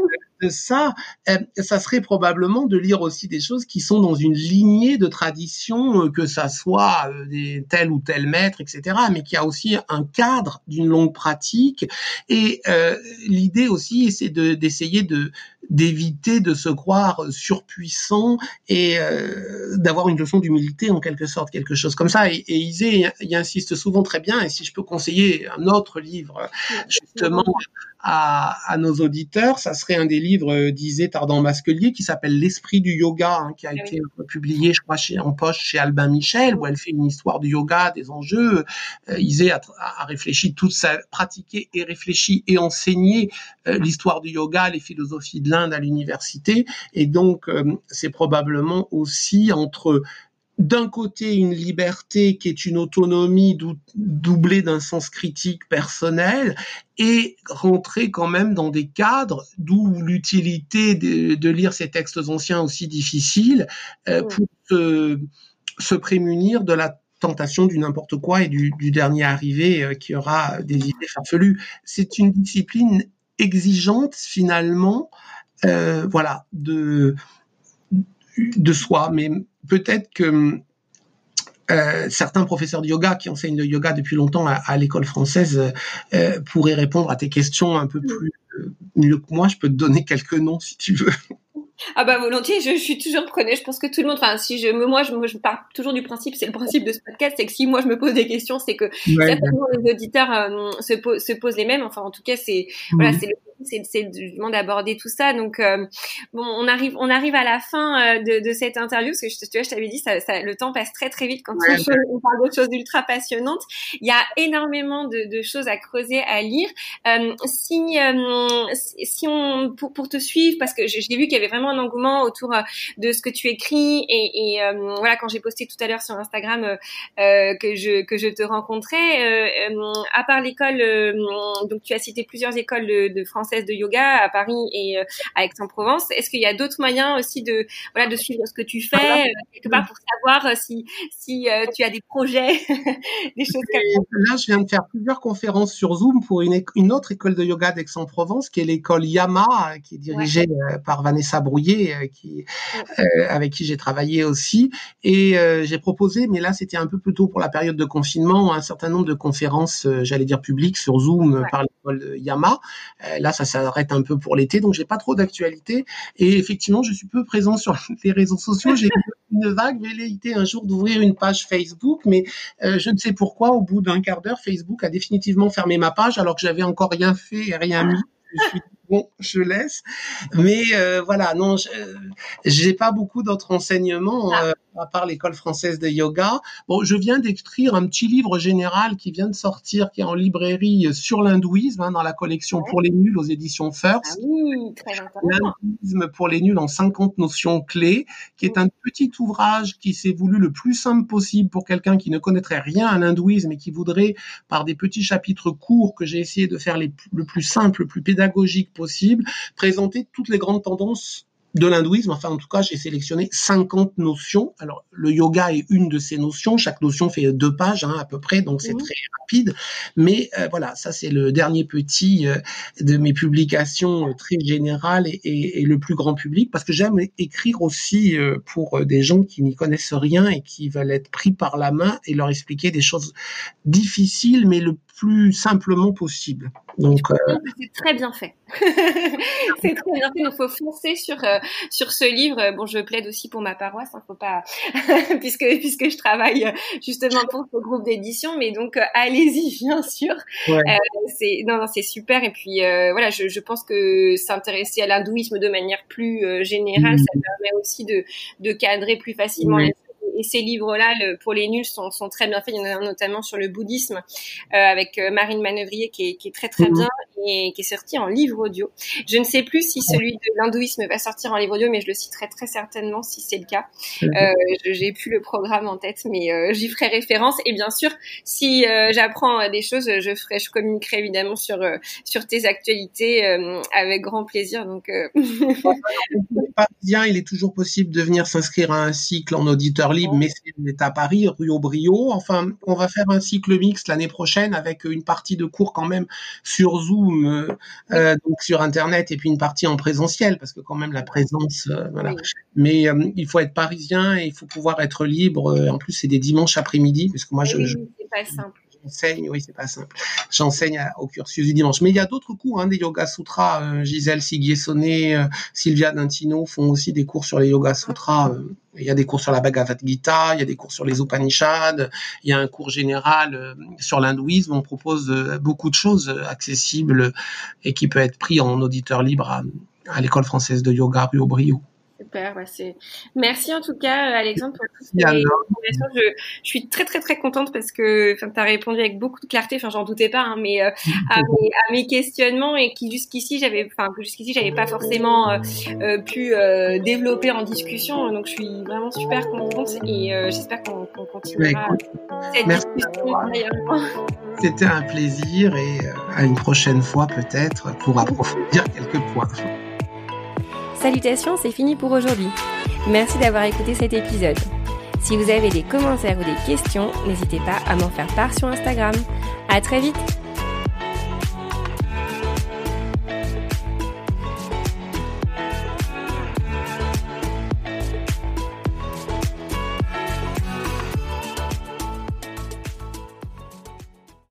de ça, euh, ça serait probablement de lire aussi des choses qui sont dans une lignée de tradition, euh, que ça soit euh, des tel ou tel maître, et cetera, mais qui a aussi un cadre d'une longue pratique. Et euh, l'idée aussi, c'est de, d'essayer de d'éviter de se croire surpuissant et euh, d'avoir une leçon d'humilité en quelque sorte, quelque chose comme ça. Et, et Isée y insiste souvent très bien, et si je peux conseiller un autre livre justement à, à nos auditeurs, ça serait un des livres d'Isée Tordant-Masquelier qui s'appelle L'esprit du yoga, hein, qui a été publié, je crois, chez, en poche chez Albin Michel, où elle fait une histoire du yoga, des enjeux. Euh, Isée a, a réfléchi toute sa, pratiqué et réfléchi et enseigné euh, l'histoire du yoga, les philosophies de l'Inde à l'université, et donc euh, c'est probablement aussi entre d'un côté une liberté qui est une autonomie dou- doublée d'un sens critique personnel, et rentrer quand même dans des cadres, d'où l'utilité de, de lire ces textes anciens aussi difficiles euh, Mmh. pour se, se prémunir de la tentation du n'importe quoi et du, du dernier arrivé euh, qui aura des idées farfelues. C'est une discipline exigeante finalement, euh, voilà, de de soi, mais peut-être que euh, certains professeurs de yoga qui enseignent le yoga depuis longtemps à, à l'école française euh, pourraient répondre à tes questions un peu plus euh, mieux que moi. Je peux te donner quelques noms si tu veux. Ah bah volontiers, je, je suis toujours preneuse. Je pense que tout le monde, enfin si je, moi je, je pars toujours du principe, c'est le principe de ce podcast, c'est que si moi je me pose des questions, c'est que Ouais, certainement les auditeurs euh, se, po- se posent les mêmes. Enfin en tout cas c'est mmh. voilà, c'est le c'est c'est justement d'aborder tout ça. Donc euh, bon, on arrive on arrive à la fin euh, de, de cette interview parce que je, tu vois, je t'avais dit ça, ça le temps passe très très vite quand Ouais, on, on parle de choses ultra passionnantes. Il y a énormément de, de choses à creuser, à lire. Euh, si euh, si on pour, pour te suivre, parce que j'ai vu qu'il y avait vraiment un engouement autour de ce que tu écris et, et euh, voilà, quand j'ai posté tout à l'heure sur Instagram euh, que je que je te rencontrais, euh, euh, à part l'école, euh, donc tu as cité plusieurs écoles de, de françaises de yoga à Paris et euh, à Aix-en-Provence. Est-ce qu'il y a d'autres moyens aussi de voilà de suivre ce que tu fais euh, quelque part pour savoir euh, si si euh, tu as des projets, des choses comme ça? Là, je viens de faire plusieurs conférences sur Zoom pour une, une autre école de yoga d'Aix-en-Provence, qui est l'école Yama, qui est dirigée ouais. par Vanessa Brouillet, qui, ouais. euh, avec qui j'ai travaillé aussi. Et euh, j'ai proposé, mais là, c'était un peu plus tôt pour la période de confinement, un certain nombre de conférences, euh, j'allais dire publiques, sur Zoom ouais. par l'école Yama. Euh, là, ça s'arrête un peu pour l'été, donc j'ai pas trop d'actualité. Et effectivement, je suis peu présent sur les réseaux sociaux. J'ai une vague velléité un jour d'ouvrir une page Facebook, mais euh, je ne sais pourquoi, au bout d'un quart d'heure, Facebook a définitivement fermé ma page alors que j'avais encore rien fait et rien mis. Je suis bon, je laisse. Mais euh, voilà, non, je, j'ai pas beaucoup d'autres enseignements euh, à part l'école française de yoga. Bon, je viens d'écrire un petit livre général qui vient de sortir, qui est en librairie sur l'hindouisme, hein, dans la collection Pour les nuls aux éditions First. Ah oui, très intéressant. L'hindouisme pour les nuls en cinquante notions clés, qui est un petit ouvrage qui s'est voulu le plus simple possible pour quelqu'un qui ne connaîtrait rien à l'hindouisme et qui voudrait, par des petits chapitres courts que j'ai essayé de faire les, le plus simple, le plus pédagogique possible, présenter toutes les grandes tendances de l'hindouisme. Enfin, en tout cas, j'ai sélectionné cinquante notions. Alors, le yoga est une de ces notions. Chaque notion fait deux pages, hein, à peu près, donc c'est mmh. très rapide. Mais euh, voilà, ça, c'est le dernier petit euh, de mes publications euh, très générales et, et, et le plus grand public, parce que j'aime écrire aussi euh, pour des gens qui n'y connaissent rien et qui veulent être pris par la main et leur expliquer des choses difficiles, mais le plus simplement possible. Donc, euh... c'est très bien fait. C'est très bien fait. Donc, faut foncer sur euh, sur ce livre. Bon, je plaide aussi pour ma paroisse. Hein, faut pas puisque puisque je travaille justement pour ce groupe d'édition. Mais donc, euh, allez-y, bien sûr. Ouais. Euh, c'est non, non, c'est super. Et puis euh, voilà, je, je pense que s'intéresser à l'hindouisme de manière plus euh, générale, mmh. ça permet aussi de de cadrer plus facilement. Mmh. les Et ces livres-là, le, pour les nuls, sont, sont très bien faits. Il y en a un notamment sur le bouddhisme euh, avec euh, Marine Manœuvrier qui est, qui est très très bien et qui est sorti en livre audio. Je ne sais plus si celui de l'hindouisme va sortir en livre audio, mais je le citerai très certainement si c'est le cas. Euh, je, j'ai plus le programme en tête, mais euh, j'y ferai référence. Et bien sûr, si euh, j'apprends des choses, je ferai, je communiquerai évidemment sur euh, sur tes actualités euh, avec grand plaisir. Donc, euh... Parisien, il est toujours possible de venir s'inscrire à un cycle en auditeur libre. Mais c'est à Paris, rue Aubriot. Enfin, on va faire un cycle mixte l'année prochaine avec une partie de cours quand même sur Zoom, euh, euh, donc sur Internet, et puis une partie en présentiel, parce que quand même la présence, euh, voilà. Oui. Mais euh, il faut être parisien et il faut pouvoir être libre. En plus, c'est des dimanches après-midi, parce que moi, je... Oui, je... c'est pas simple. J'enseigne, oui, c'est pas simple. J'enseigne à, au cursus du dimanche. Mais il y a d'autres cours, hein, des Yoga Sutras. Euh, Gisèle Siguier-Sonnet, euh, Sylvia Dintino font aussi des cours sur les Yoga Sutras. Euh, il y a des cours sur la Bhagavad Gita, il y a des cours sur les Upanishads, il y a un cours général euh, sur l'hindouisme. On propose euh, beaucoup de choses euh, accessibles et qui peut être pris en auditeur libre à, à l'école française de yoga rue Aubriot. Super, bah c'est... Merci en tout cas Alexandre pour toutes ces informations. Je, je suis très très très contente parce que tu as répondu avec beaucoup de clarté, enfin j'en doutais pas, hein, mais euh, à, mes, à mes questionnements et qui jusqu'ici j'avais, enfin que jusqu'ici j'avais pas forcément euh, euh, pu euh, développer en discussion, donc je suis vraiment super contente et euh, j'espère qu'on, qu'on continuera cette Merci discussion d'ailleurs. C'était un plaisir et à une prochaine fois peut-être pour approfondir quelques points. Salutations, c'est fini pour aujourd'hui. Merci d'avoir écouté cet épisode. Si vous avez des commentaires ou des questions, n'hésitez pas à m'en faire part sur Instagram. À très vite!